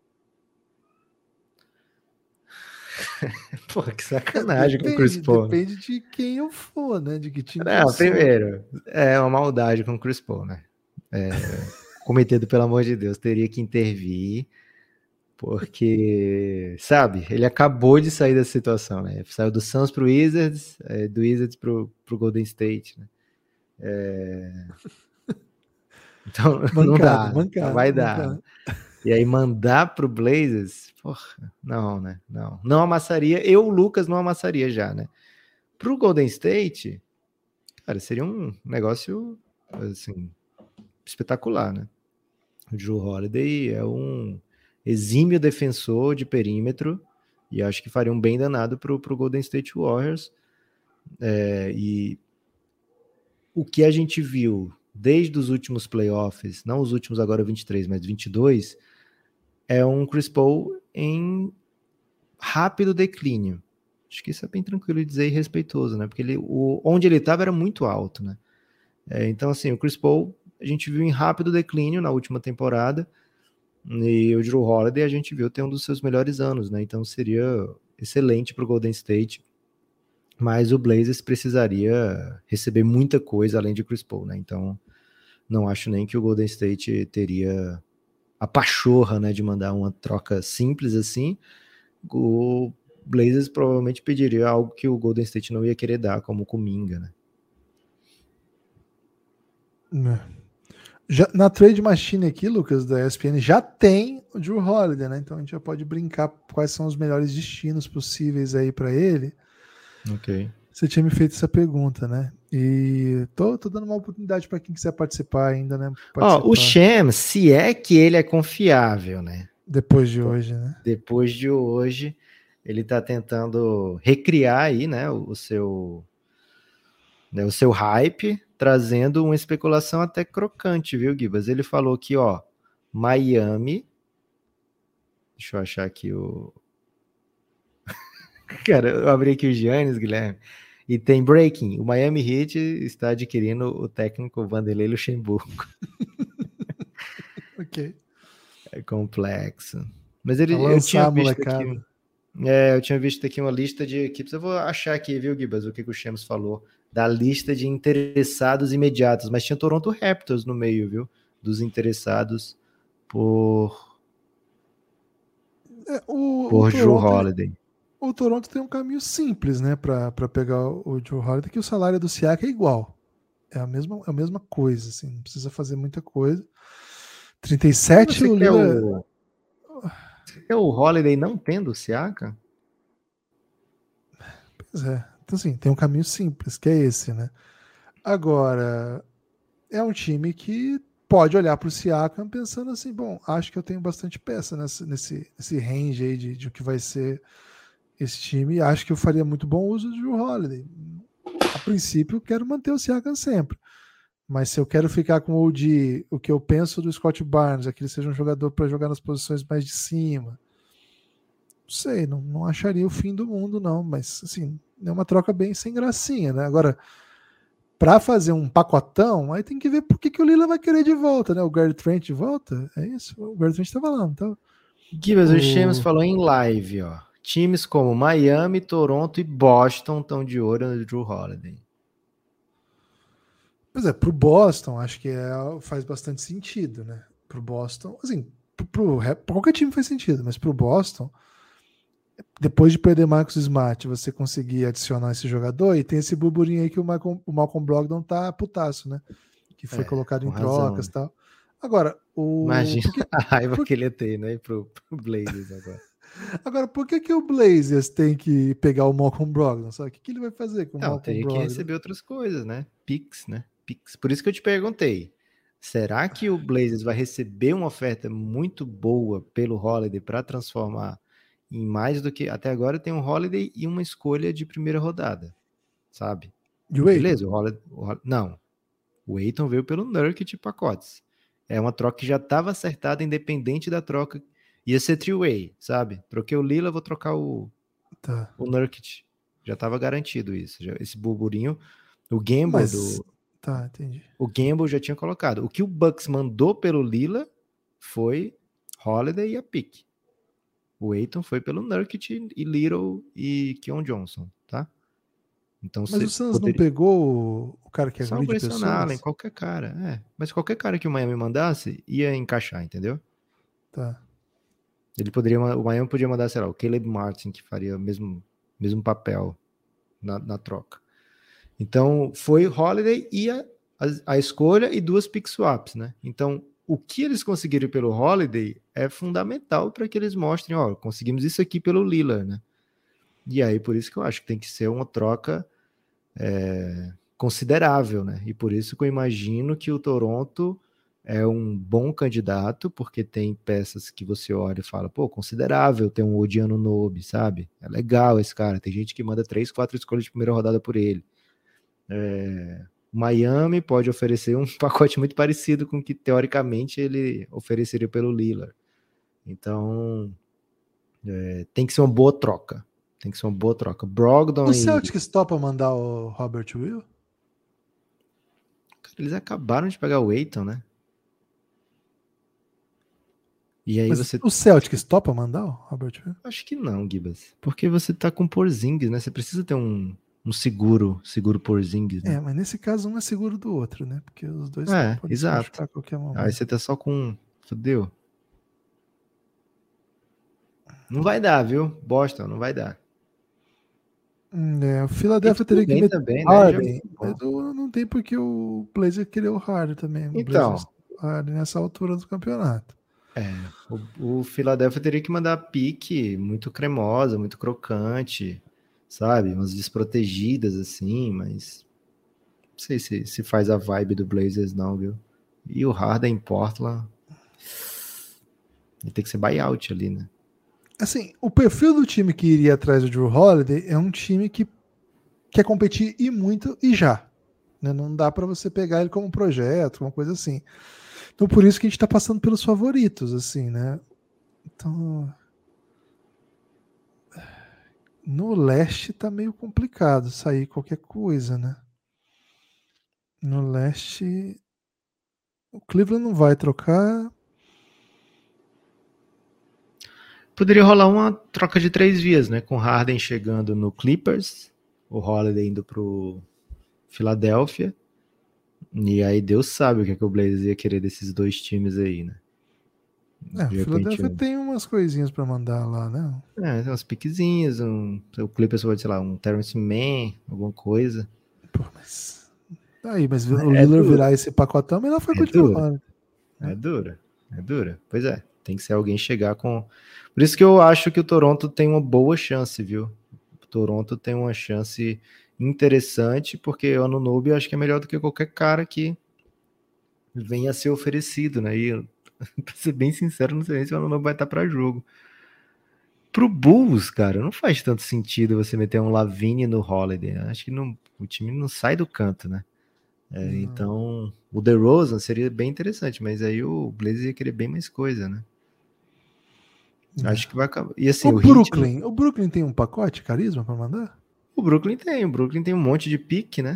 Pô, que sacanagem com o Chris Paul. Depende de quem eu for, né? De que time eu primeiro, é uma maldade com o Chris Paul, né? Cometido, pelo amor de Deus, teria que intervir, porque, sabe, ele acabou de sair dessa situação, né? Saiu do Suns pro Wizards, do Wizards pro Golden State, né? Então, não dá, não vai dar. E aí mandar pro Blazers, porra, não, né? Não amassaria. O Lucas não amassaria já, né? Pro Golden State, cara, seria um negócio, assim, espetacular, né? O Drew Holiday é um exímio defensor de perímetro e acho que faria um bem danado pro Golden State Warriors. E o que a gente viu desde os últimos playoffs, não os últimos agora 23, mas 22, é um Chris Paul em rápido declínio. Acho que isso é bem tranquilo de dizer e respeitoso, né? Porque onde ele estava era muito alto, né? Então, assim, o Chris Paul, a gente viu em rápido declínio na última temporada, e o Jrue Holiday a gente viu ter um dos seus melhores anos, né? Então seria excelente para o Golden State, mas o Blazers precisaria receber muita coisa além de Chris Paul, né? Então não acho nem que o Golden State teria a pachorra, né, de mandar uma troca simples assim. O Blazers provavelmente pediria algo que o Golden State não ia querer dar, como o Kuminga, né? Já, na Trade Machine aqui, Lucas, da ESPN, já tem o Jrue Holiday, né? Então a gente já pode brincar quais são os melhores destinos possíveis aí para ele. Ok. Você tinha me feito essa pergunta, né? E tô dando uma oportunidade para quem quiser participar ainda, né? O Shams, se é que ele é confiável, né? Depois de hoje, né? Depois de hoje, ele tá tentando recriar aí, né, o seu hype, trazendo uma especulação até crocante, viu, Gibas? Ele falou que, Miami... Deixa eu achar aqui o... Cara, eu abri aqui o Giannis, Guilherme, e tem breaking. O Miami Heat está adquirindo o técnico Vanderlei Luxemburgo. Ok. É complexo. Mas eu tinha visto aqui... eu tinha visto aqui uma lista de equipes. Eu vou achar aqui, viu, Gibas, o que o Shams falou da lista de interessados imediatos, mas tinha Toronto Raptors no meio, viu, dos interessados por Jrue Holiday. O Toronto tem um caminho simples, né, para pegar o Jrue Holiday, que o salário do Siaka é igual. É a mesma coisa, assim, não precisa fazer muita coisa. 37 Você quer o Holiday não tendo o Siaka? Pois é. Então, assim, tem um caminho simples, que é esse, né? Agora, é um time que pode olhar para o Siakam pensando assim, bom, acho que eu tenho bastante peça nesse range aí de o que vai ser esse time. Acho que eu faria muito bom uso do Jrue Holiday. A princípio, quero manter o Siakam sempre. Mas se eu quero ficar com o OG, o que eu penso do Scott Barnes, é que ele seja um jogador para jogar nas posições mais de cima. Não sei, não acharia o fim do mundo, não. Mas, assim, é uma troca bem sem gracinha, né? Agora, para fazer um pacotão, aí tem que ver por que o Lillard vai querer de volta, né? O Gary Trent de volta? É isso? O Gary Trent estava lá, não estava? Gibas, o Shams falou em live, times como Miami, Toronto e Boston estão de olho no Jrue Holiday. Pois é, pro Boston, acho que faz bastante sentido, né? Pro Boston, assim, pra qualquer time faz sentido, mas pro Boston, depois de perder Marcus Smart, você conseguir adicionar esse jogador, e tem esse burburinho aí que o Malcolm Brogdon tá putaço, né? Que foi colocado em trocas e tal. Agora, Imagina a raiva que ele ia ter, né? Pro Blazers agora. Agora, por que o Blazers tem que pegar o Malcolm Brogdon? O que ele vai fazer com o Malcolm Brogdon? Tem que receber outras coisas, né? Picks, né? Picks. Por isso que eu te perguntei. Será que o Blazers vai receber uma oferta muito boa pelo Holiday para transformar em mais do que... Até agora tem um Holiday e uma escolha de primeira rodada, sabe? E o Ayton? Beleza, não. O Ayton veio pelo Nurkic de pacotes. É uma troca que já estava acertada, independente da troca. Ia ser three-way, sabe? Troquei o Lillard, vou trocar o Nurkic. Já estava garantido isso. Esse burburinho. O Gamble Tá, entendi. O Gamble já tinha colocado. O que o Bucks mandou pelo Lillard foi Holiday e a pick. O Ayton foi pelo Nurkic e Little e Keon Johnson, tá? Então, mas o Suns não pegou o cara que é ruim de pessoas? Allen, qualquer cara. Mas qualquer cara que o Miami mandasse ia encaixar, entendeu? Tá. O Miami podia mandar, sei lá, o Caleb Martin, que faria o mesmo papel na troca. Então, foi Holiday e a escolha e 2 pick swaps, né? Então, o que eles conseguiram pelo Holiday é fundamental para que eles mostrem, conseguimos isso aqui pelo Lillard, né? E aí, por isso que eu acho que tem que ser uma troca considerável, né? E por isso que eu imagino que o Toronto é um bom candidato, porque tem peças que você olha e fala, considerável ter um Odiano Nobe, sabe? É legal esse cara. Tem gente que manda 3, 4 escolhas de primeira rodada por ele. Miami pode oferecer um pacote muito parecido com o que, teoricamente, ele ofereceria pelo Lillard. Então, tem que ser uma boa troca. Tem que ser uma boa troca. Brogdon O Celtics topa mandar o Robert Will? Cara, eles acabaram de pegar o Ayton, né? E aí Mas você... o Celtics topa mandar o Robert Will? Acho que não, Gibas. Porque você tá com Porzingis, né? Você precisa ter um seguro Porzingis, né? Mas nesse caso um é seguro do outro, né? Porque os dois podem se Exato. machucar a qualquer momento. Aí você tá só com... Fudeu. Não vai dar, viu? Boston, não vai dar. O Philadelphia teria que meter também, o né? Harden, mas não tem porque o Blazer queria o Harden também. O Então, Blazers o Harden nessa altura do campeonato. o Philadelphia teria que mandar pique muito cremosa, muito crocante, sabe? Umas desprotegidas assim, mas não sei se faz a vibe do Blazers não, viu? E o Harden em Portland tem que ser buyout ali, né? Assim, o perfil do time que iria atrás do Drew Holiday é um time que quer competir e muito e já. Né? Não dá para você pegar ele como um projeto, uma coisa assim. Então por isso que a gente tá passando pelos favoritos, assim, né? Então, no leste tá meio complicado sair qualquer coisa, né? No leste, o Cleveland não vai trocar. Poderia rolar uma troca de 3 vias, né? Com Harden chegando no Clippers, o Holiday indo pro Philadelphia. E aí Deus sabe o que o Blazers ia querer desses dois times aí, né? O Philadelphia tem umas coisinhas para mandar lá, né? Tem umas piquezinhas, o Clippers pode, sei lá, um Terrence Mann, alguma coisa. Pô, mas o Lillard virar esse pacotão, melhor foi continuar. É dura. Pois é, tem que ser alguém chegar com... Por isso que eu acho que o Toronto tem uma boa chance, viu? O Toronto tem uma chance interessante, porque o Anunoby eu acho que é melhor do que qualquer cara que venha a ser oferecido, né? E, pra ser bem sincero, não sei se o Anunoby vai estar para jogo. Pro Bulls, cara, não faz tanto sentido você meter um Lavine no Holiday. Acho que o time não sai do canto, né? Então, o DeRozan seria bem interessante, mas aí o Blazers ia querer bem mais coisa, né? Acho que vai acabar. E assim, o Brooklyn tem um pacote carisma para mandar? O Brooklyn tem um monte de pique, né?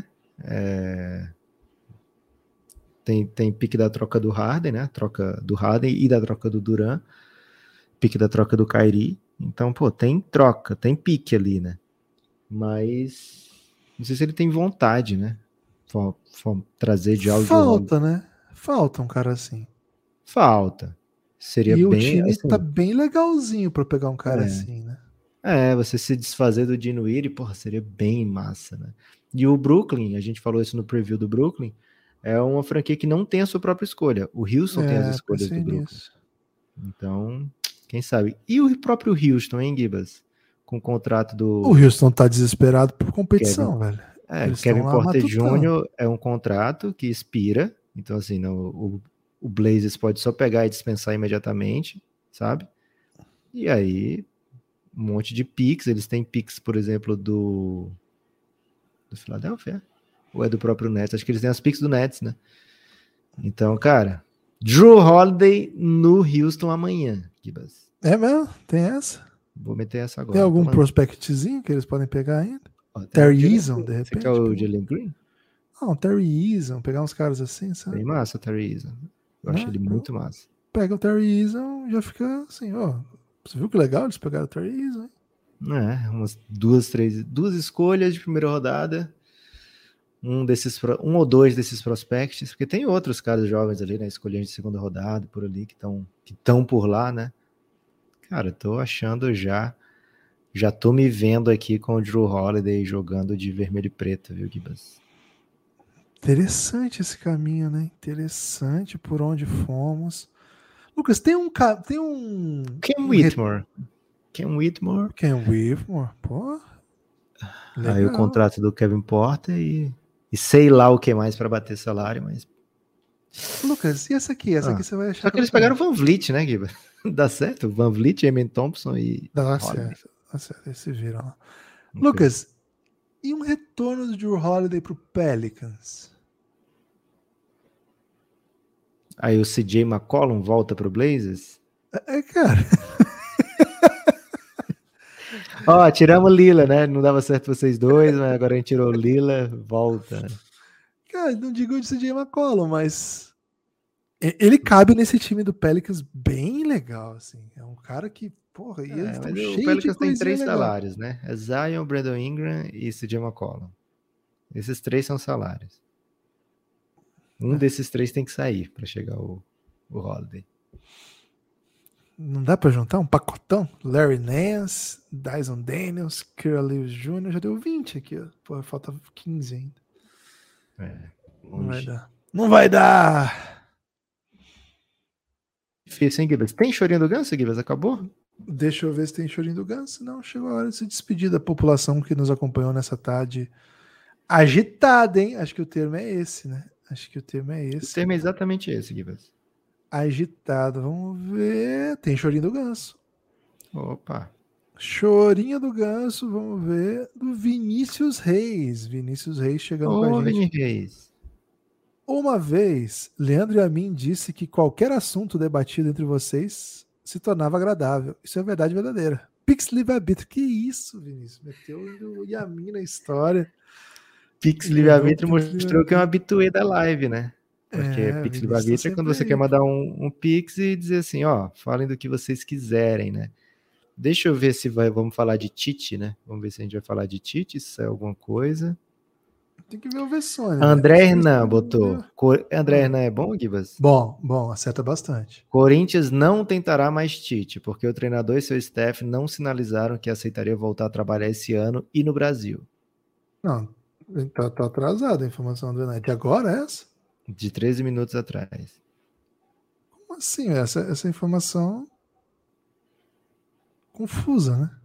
Tem pique da troca do Harden, né? Troca do Harden e da troca do Durant. Pique da troca do Kyrie. Então, pô, tem troca, tem pique ali, né? Mas não sei se ele tem vontade, né? Trazer de áudio. Falta, né? Falta um cara assim. Falta. Seria e bem, o time assim, tá bem legalzinho para pegar um cara assim, né? Você se desfazer do Dinwiddie, porra, seria bem massa, né? E o Brooklyn, a gente falou isso no preview do Brooklyn, é uma franquia que não tem a sua própria escolha. O Houston tem as escolhas do Brooklyn. Nisso. Então, quem sabe? E o próprio Houston, hein, Gibas? Com o contrato do... O Houston tá desesperado por competição, velho. O Kevin Porter Jr. é um contrato que expira, então assim, o Blazers pode só pegar e dispensar imediatamente, sabe? E aí, um monte de picks, eles têm picks, por exemplo, do Philadelphia, ou é do próprio Nets? Acho que eles têm as picks do Nets, né? Então, cara, Drew Holiday no Houston amanhã, Gibas. É mesmo? Tem essa? Vou meter essa agora. Tem algum prospectzinho que eles podem pegar ainda? Terry Eason, de repente. Você quer o Jalen Green? Não, Terry Eason, pegar uns caras assim, sabe? Bem massa o Terry Eason. Eu acho ele muito massa. Pega o Terry Eason, já fica assim, ó. Você viu que legal eles pegaram o Terry Eason, hein? Umas duas escolhas de primeira rodada, um ou dois desses prospects, porque tem outros caras jovens ali, né, escolhendo de segunda rodada, por ali, que estão por lá, né? Cara, tô achando já tô me vendo aqui com o Drew Holiday jogando de vermelho e preto, viu, Gibas? Interessante esse caminho, né? Interessante por onde fomos. Lucas, tem um Ken Whitmore. Ken Whitmore, pô. Legal. Aí o contrato do Kevin Porter e sei lá o que mais para bater salário, mas... Lucas, e essa aqui? Essa aqui você vai achar... Só que eles pegaram o Van Vliet, né, Giba? Dá certo? Van Vliet, Eamon Thompson e... Dá certo. Eles se viram lá. Okay. Lucas, e um retorno do Drew Holiday pro Pelicans? Aí o CJ McCollum volta pro Blazers? Cara... Ó, tiramos o Lila, né? Não dava certo vocês dois, mas agora a gente tirou o Lila, volta. Cara, não digo o CJ McCollum, mas ele cabe nesse time do Pelicans bem legal, assim. É um cara que, porra, e eles estão Mas o cheios de Pelicans tem coisinha 3 legal. salários, né? É Zion, Brandon Ingram e CJ McCollum. Esses 3 são salários. Um desses 3 tem que sair para chegar o Holiday. Não dá pra juntar um pacotão? Larry Nance, Dyson Daniels, Kira Lewis Jr. Já deu 20 aqui, ó. Pô, falta 15 ainda. Não vai dar. Não vai dar! Difícil, hein, Gibbs? Tem chorinho do Ganso, Gibbs? Acabou? Deixa eu ver se tem chorinho do Ganso. Não, chegou a hora de se despedir da população que nos acompanhou nessa tarde agitada, hein? Acho que o termo é esse, né? O termo é exatamente esse, Gibbs. Agitado. Vamos ver. Tem chorinho do Ganso. Opa. Chorinho do Ganso, vamos ver. Do Vinícius Reis. Vinícius Reis chegando com a gente. Vinícius Reis. Uma vez, Leandro Yamin disse que qualquer assunto debatido entre vocês se tornava agradável. Isso é verdade verdadeira. Pix livre-arbítrio. Que isso, Vinícius? Meteu o Yamin na história. Pix livre-arbítrio mostrou que é um habituê da live, né? Porque Pix livre-arbítrio é quando você quer mandar um Pix e dizer assim, ó, falem do que vocês quiserem, né? Deixa eu ver se vamos falar de Tite, né? Vamos ver se a gente vai falar de Tite, se é alguma coisa. Tem que ver o Vessone. André Hernan botou. André Hernan é bom, Gibas? Bom, acerta bastante. Corinthians não tentará mais Tite, porque o treinador e seu staff não sinalizaram que aceitaria voltar a trabalhar esse ano e no Brasil. Não, tá atrasada a informação do Enet. Agora é essa? De 13 minutos atrás. Como assim? Essa informação confusa, né?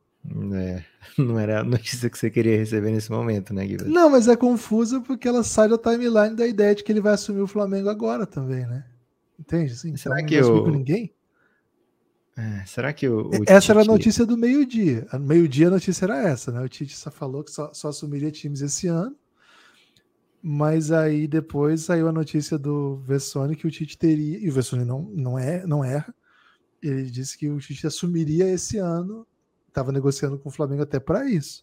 Não era a notícia que você queria receber nesse momento, né, Guilherme? Não, mas é confusa porque ela sai da timeline da ideia de que ele vai assumir o Flamengo agora também, né? Entende? Assim, será então, que não com ninguém? Será que o essa Tite... era a notícia do meio-dia. Meio-dia a notícia era essa, né? O Tite só falou que só assumiria times esse ano. Mas aí depois saiu a notícia do Vessone que o Tite teria, e o Vessone não erra. Ele disse que o Tite assumiria esse ano. Estava negociando com o Flamengo até para isso.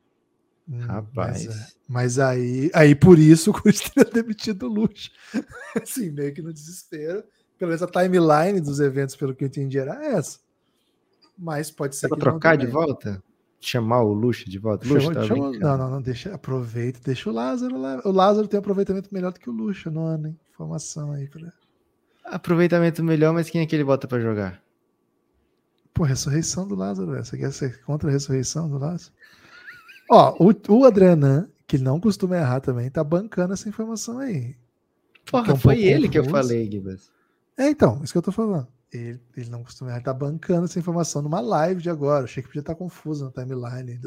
Rapaz. Mas aí por isso o Corinthians teria demitido o Lucha. Assim, meio que no desespero. Pelo menos a timeline dos eventos, pelo que eu entendi, era essa. Mas pode ser que trocar de volta? Chamar o Lucha de volta? Não, deixa, aproveita, deixa o Lázaro lá. O Lázaro tem aproveitamento melhor do que o Lucha no ano, hein? Informação aí. Aproveitamento melhor, mas quem é que ele bota pra jogar? Pô, ressurreição do Lázaro, velho. Você quer ser contra a ressurreição do Lázaro? Ó, o Adrianan, que não costuma errar também, tá bancando essa informação aí. Porra, foi ele que eu falei, Gibas. Então, isso que eu tô falando. Ele não costuma errar, ele tá bancando essa informação numa live de agora. Achei que podia estar confuso na timeline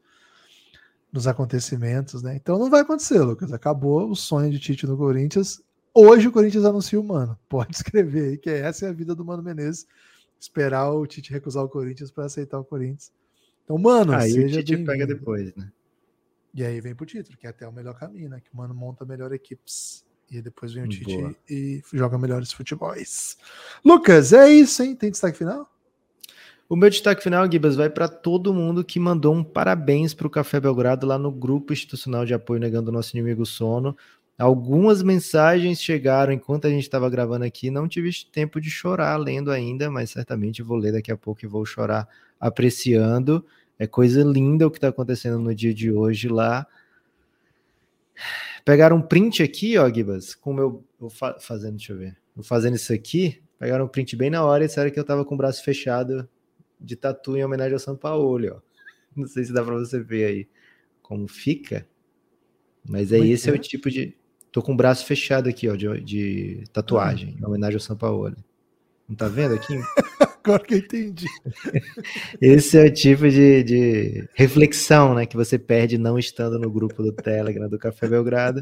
dos acontecimentos, né? Então não vai acontecer, Lucas. Acabou o sonho de Tite no Corinthians. Hoje o Corinthians anuncia o Mano. Pode escrever aí que essa é a vida do Mano Menezes. Esperar o Tite recusar o Corinthians para aceitar o Corinthians. Então, Mano, seja o Tite pega depois, né? E aí vem pro título, que é até o melhor caminho, né? Que o Mano monta melhor equipes. E depois vem o Tite e joga melhores futebols. Lucas, é isso, hein? Tem destaque final? O meu destaque final, Gibas, vai para todo mundo que mandou um parabéns para o Café Belgrado lá no grupo institucional de apoio Negando o Nosso Inimigo Sono. Algumas mensagens chegaram enquanto a gente estava gravando aqui, não tive tempo de chorar lendo ainda, mas certamente vou ler daqui a pouco e vou chorar apreciando. É coisa linda o que está acontecendo no dia de hoje lá. Pegaram um print aqui, ó, Gibas, com o meu... fazendo, deixa eu ver. Vou fazendo isso aqui, pegaram um print bem na hora e disseram que eu tava com o braço fechado de tatu em homenagem ao Sampaoli, ó. Não sei se dá pra você ver aí como fica, mas esse é o tipo de... Tô com o braço fechado aqui, ó, de tatuagem, em homenagem ao Sampaoli. Não tá vendo aqui? Agora que eu entendi. Esse é o tipo de reflexão, né, que você perde não estando no grupo do Telegram do Café Belgrado.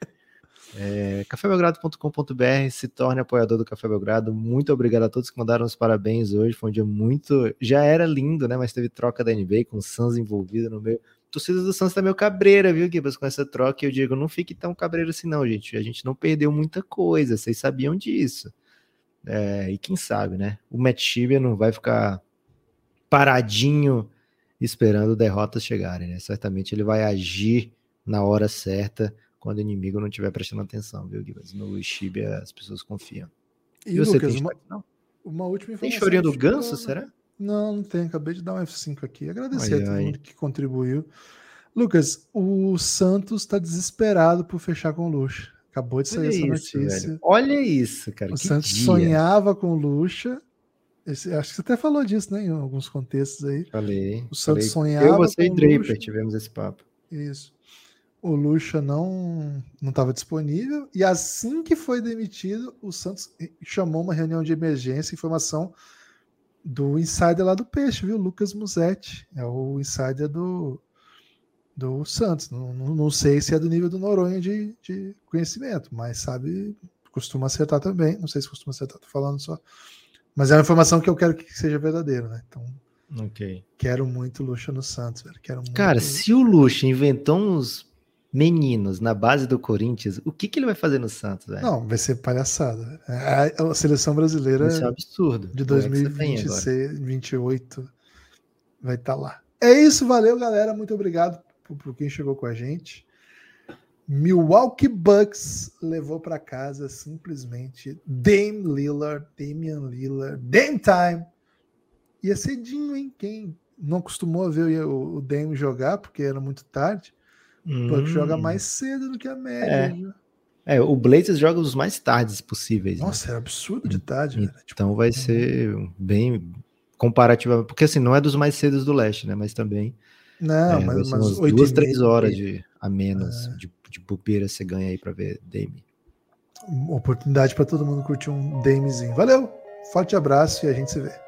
cafébelgrado.com.br, se torne apoiador do Café Belgrado. Muito obrigado a todos que mandaram os parabéns hoje. Foi um dia muito... Já era lindo, né, mas teve troca da NBA com o Suns envolvido no meio. A torcida do Suns tá meio cabreira, viu, Gibas, com essa troca. E eu digo, não fique tão cabreiro assim não, gente. A gente não perdeu muita coisa, vocês sabiam disso. E quem sabe, né? O Matt Shibia não vai ficar paradinho esperando derrotas chegarem, né? Certamente ele vai agir na hora certa, quando o inimigo não estiver prestando atenção, viu, Guilherme? No Shiba as pessoas confiam. E você Lucas, tem chat, não? uma última Tem informação. chorinho do que ganso, ficou, né? será? Não tem. Acabei de dar um F5 aqui. Agradecer a todo Ai. mundo que contribuiu. Lucas, o Santos está desesperado por fechar com o Lucha. Acabou de sair essa notícia. Velho. Olha isso, cara. O que Santos dia. sonhava com o Lucha. Acho que você até falou disso, né? Em alguns contextos aí. Falei. O Santos sonhava Eu, você com e Draper Lucha. tivemos esse papo. Isso. O Lucha não estava disponível. E assim que foi demitido, o Santos chamou uma reunião de emergência, informação do insider lá do Peixe, viu? Lucas Musetti. É o insider do Santos. Não sei se é do nível do Noronha de conhecimento, mas sabe, costuma acertar também. Não sei se costuma acertar, tô falando só. Mas é uma informação que eu quero que seja verdadeira, né? Então, quero muito Lucha no Santos, velho. Cara, se o Lucha inventou uns meninos na base do Corinthians, o que ele vai fazer no Santos, velho? Não, vai ser palhaçada. A seleção brasileira vai ser um absurdo. De 2026, 2028 vai estar lá. É isso, valeu, galera. Muito obrigado por quem chegou com a gente. Milwaukee Bucks levou para casa simplesmente Damian Lillard, Dame Time. Ia cedinho, hein? Quem não acostumou a ver o Dame jogar, porque era muito tarde, o Bucks joga mais cedo do que a média. O Blazers joga os mais tardes possíveis. Nossa, é absurdo de tarde. Então velho. Vai ser bem comparativamente, porque assim, não é dos mais cedos do leste, né? Mas também mas umas 2-3 horas a menos de bobeira você ganha aí para ver Dame. Oportunidade para todo mundo curtir um Damezinho. Valeu, forte abraço e a gente se vê.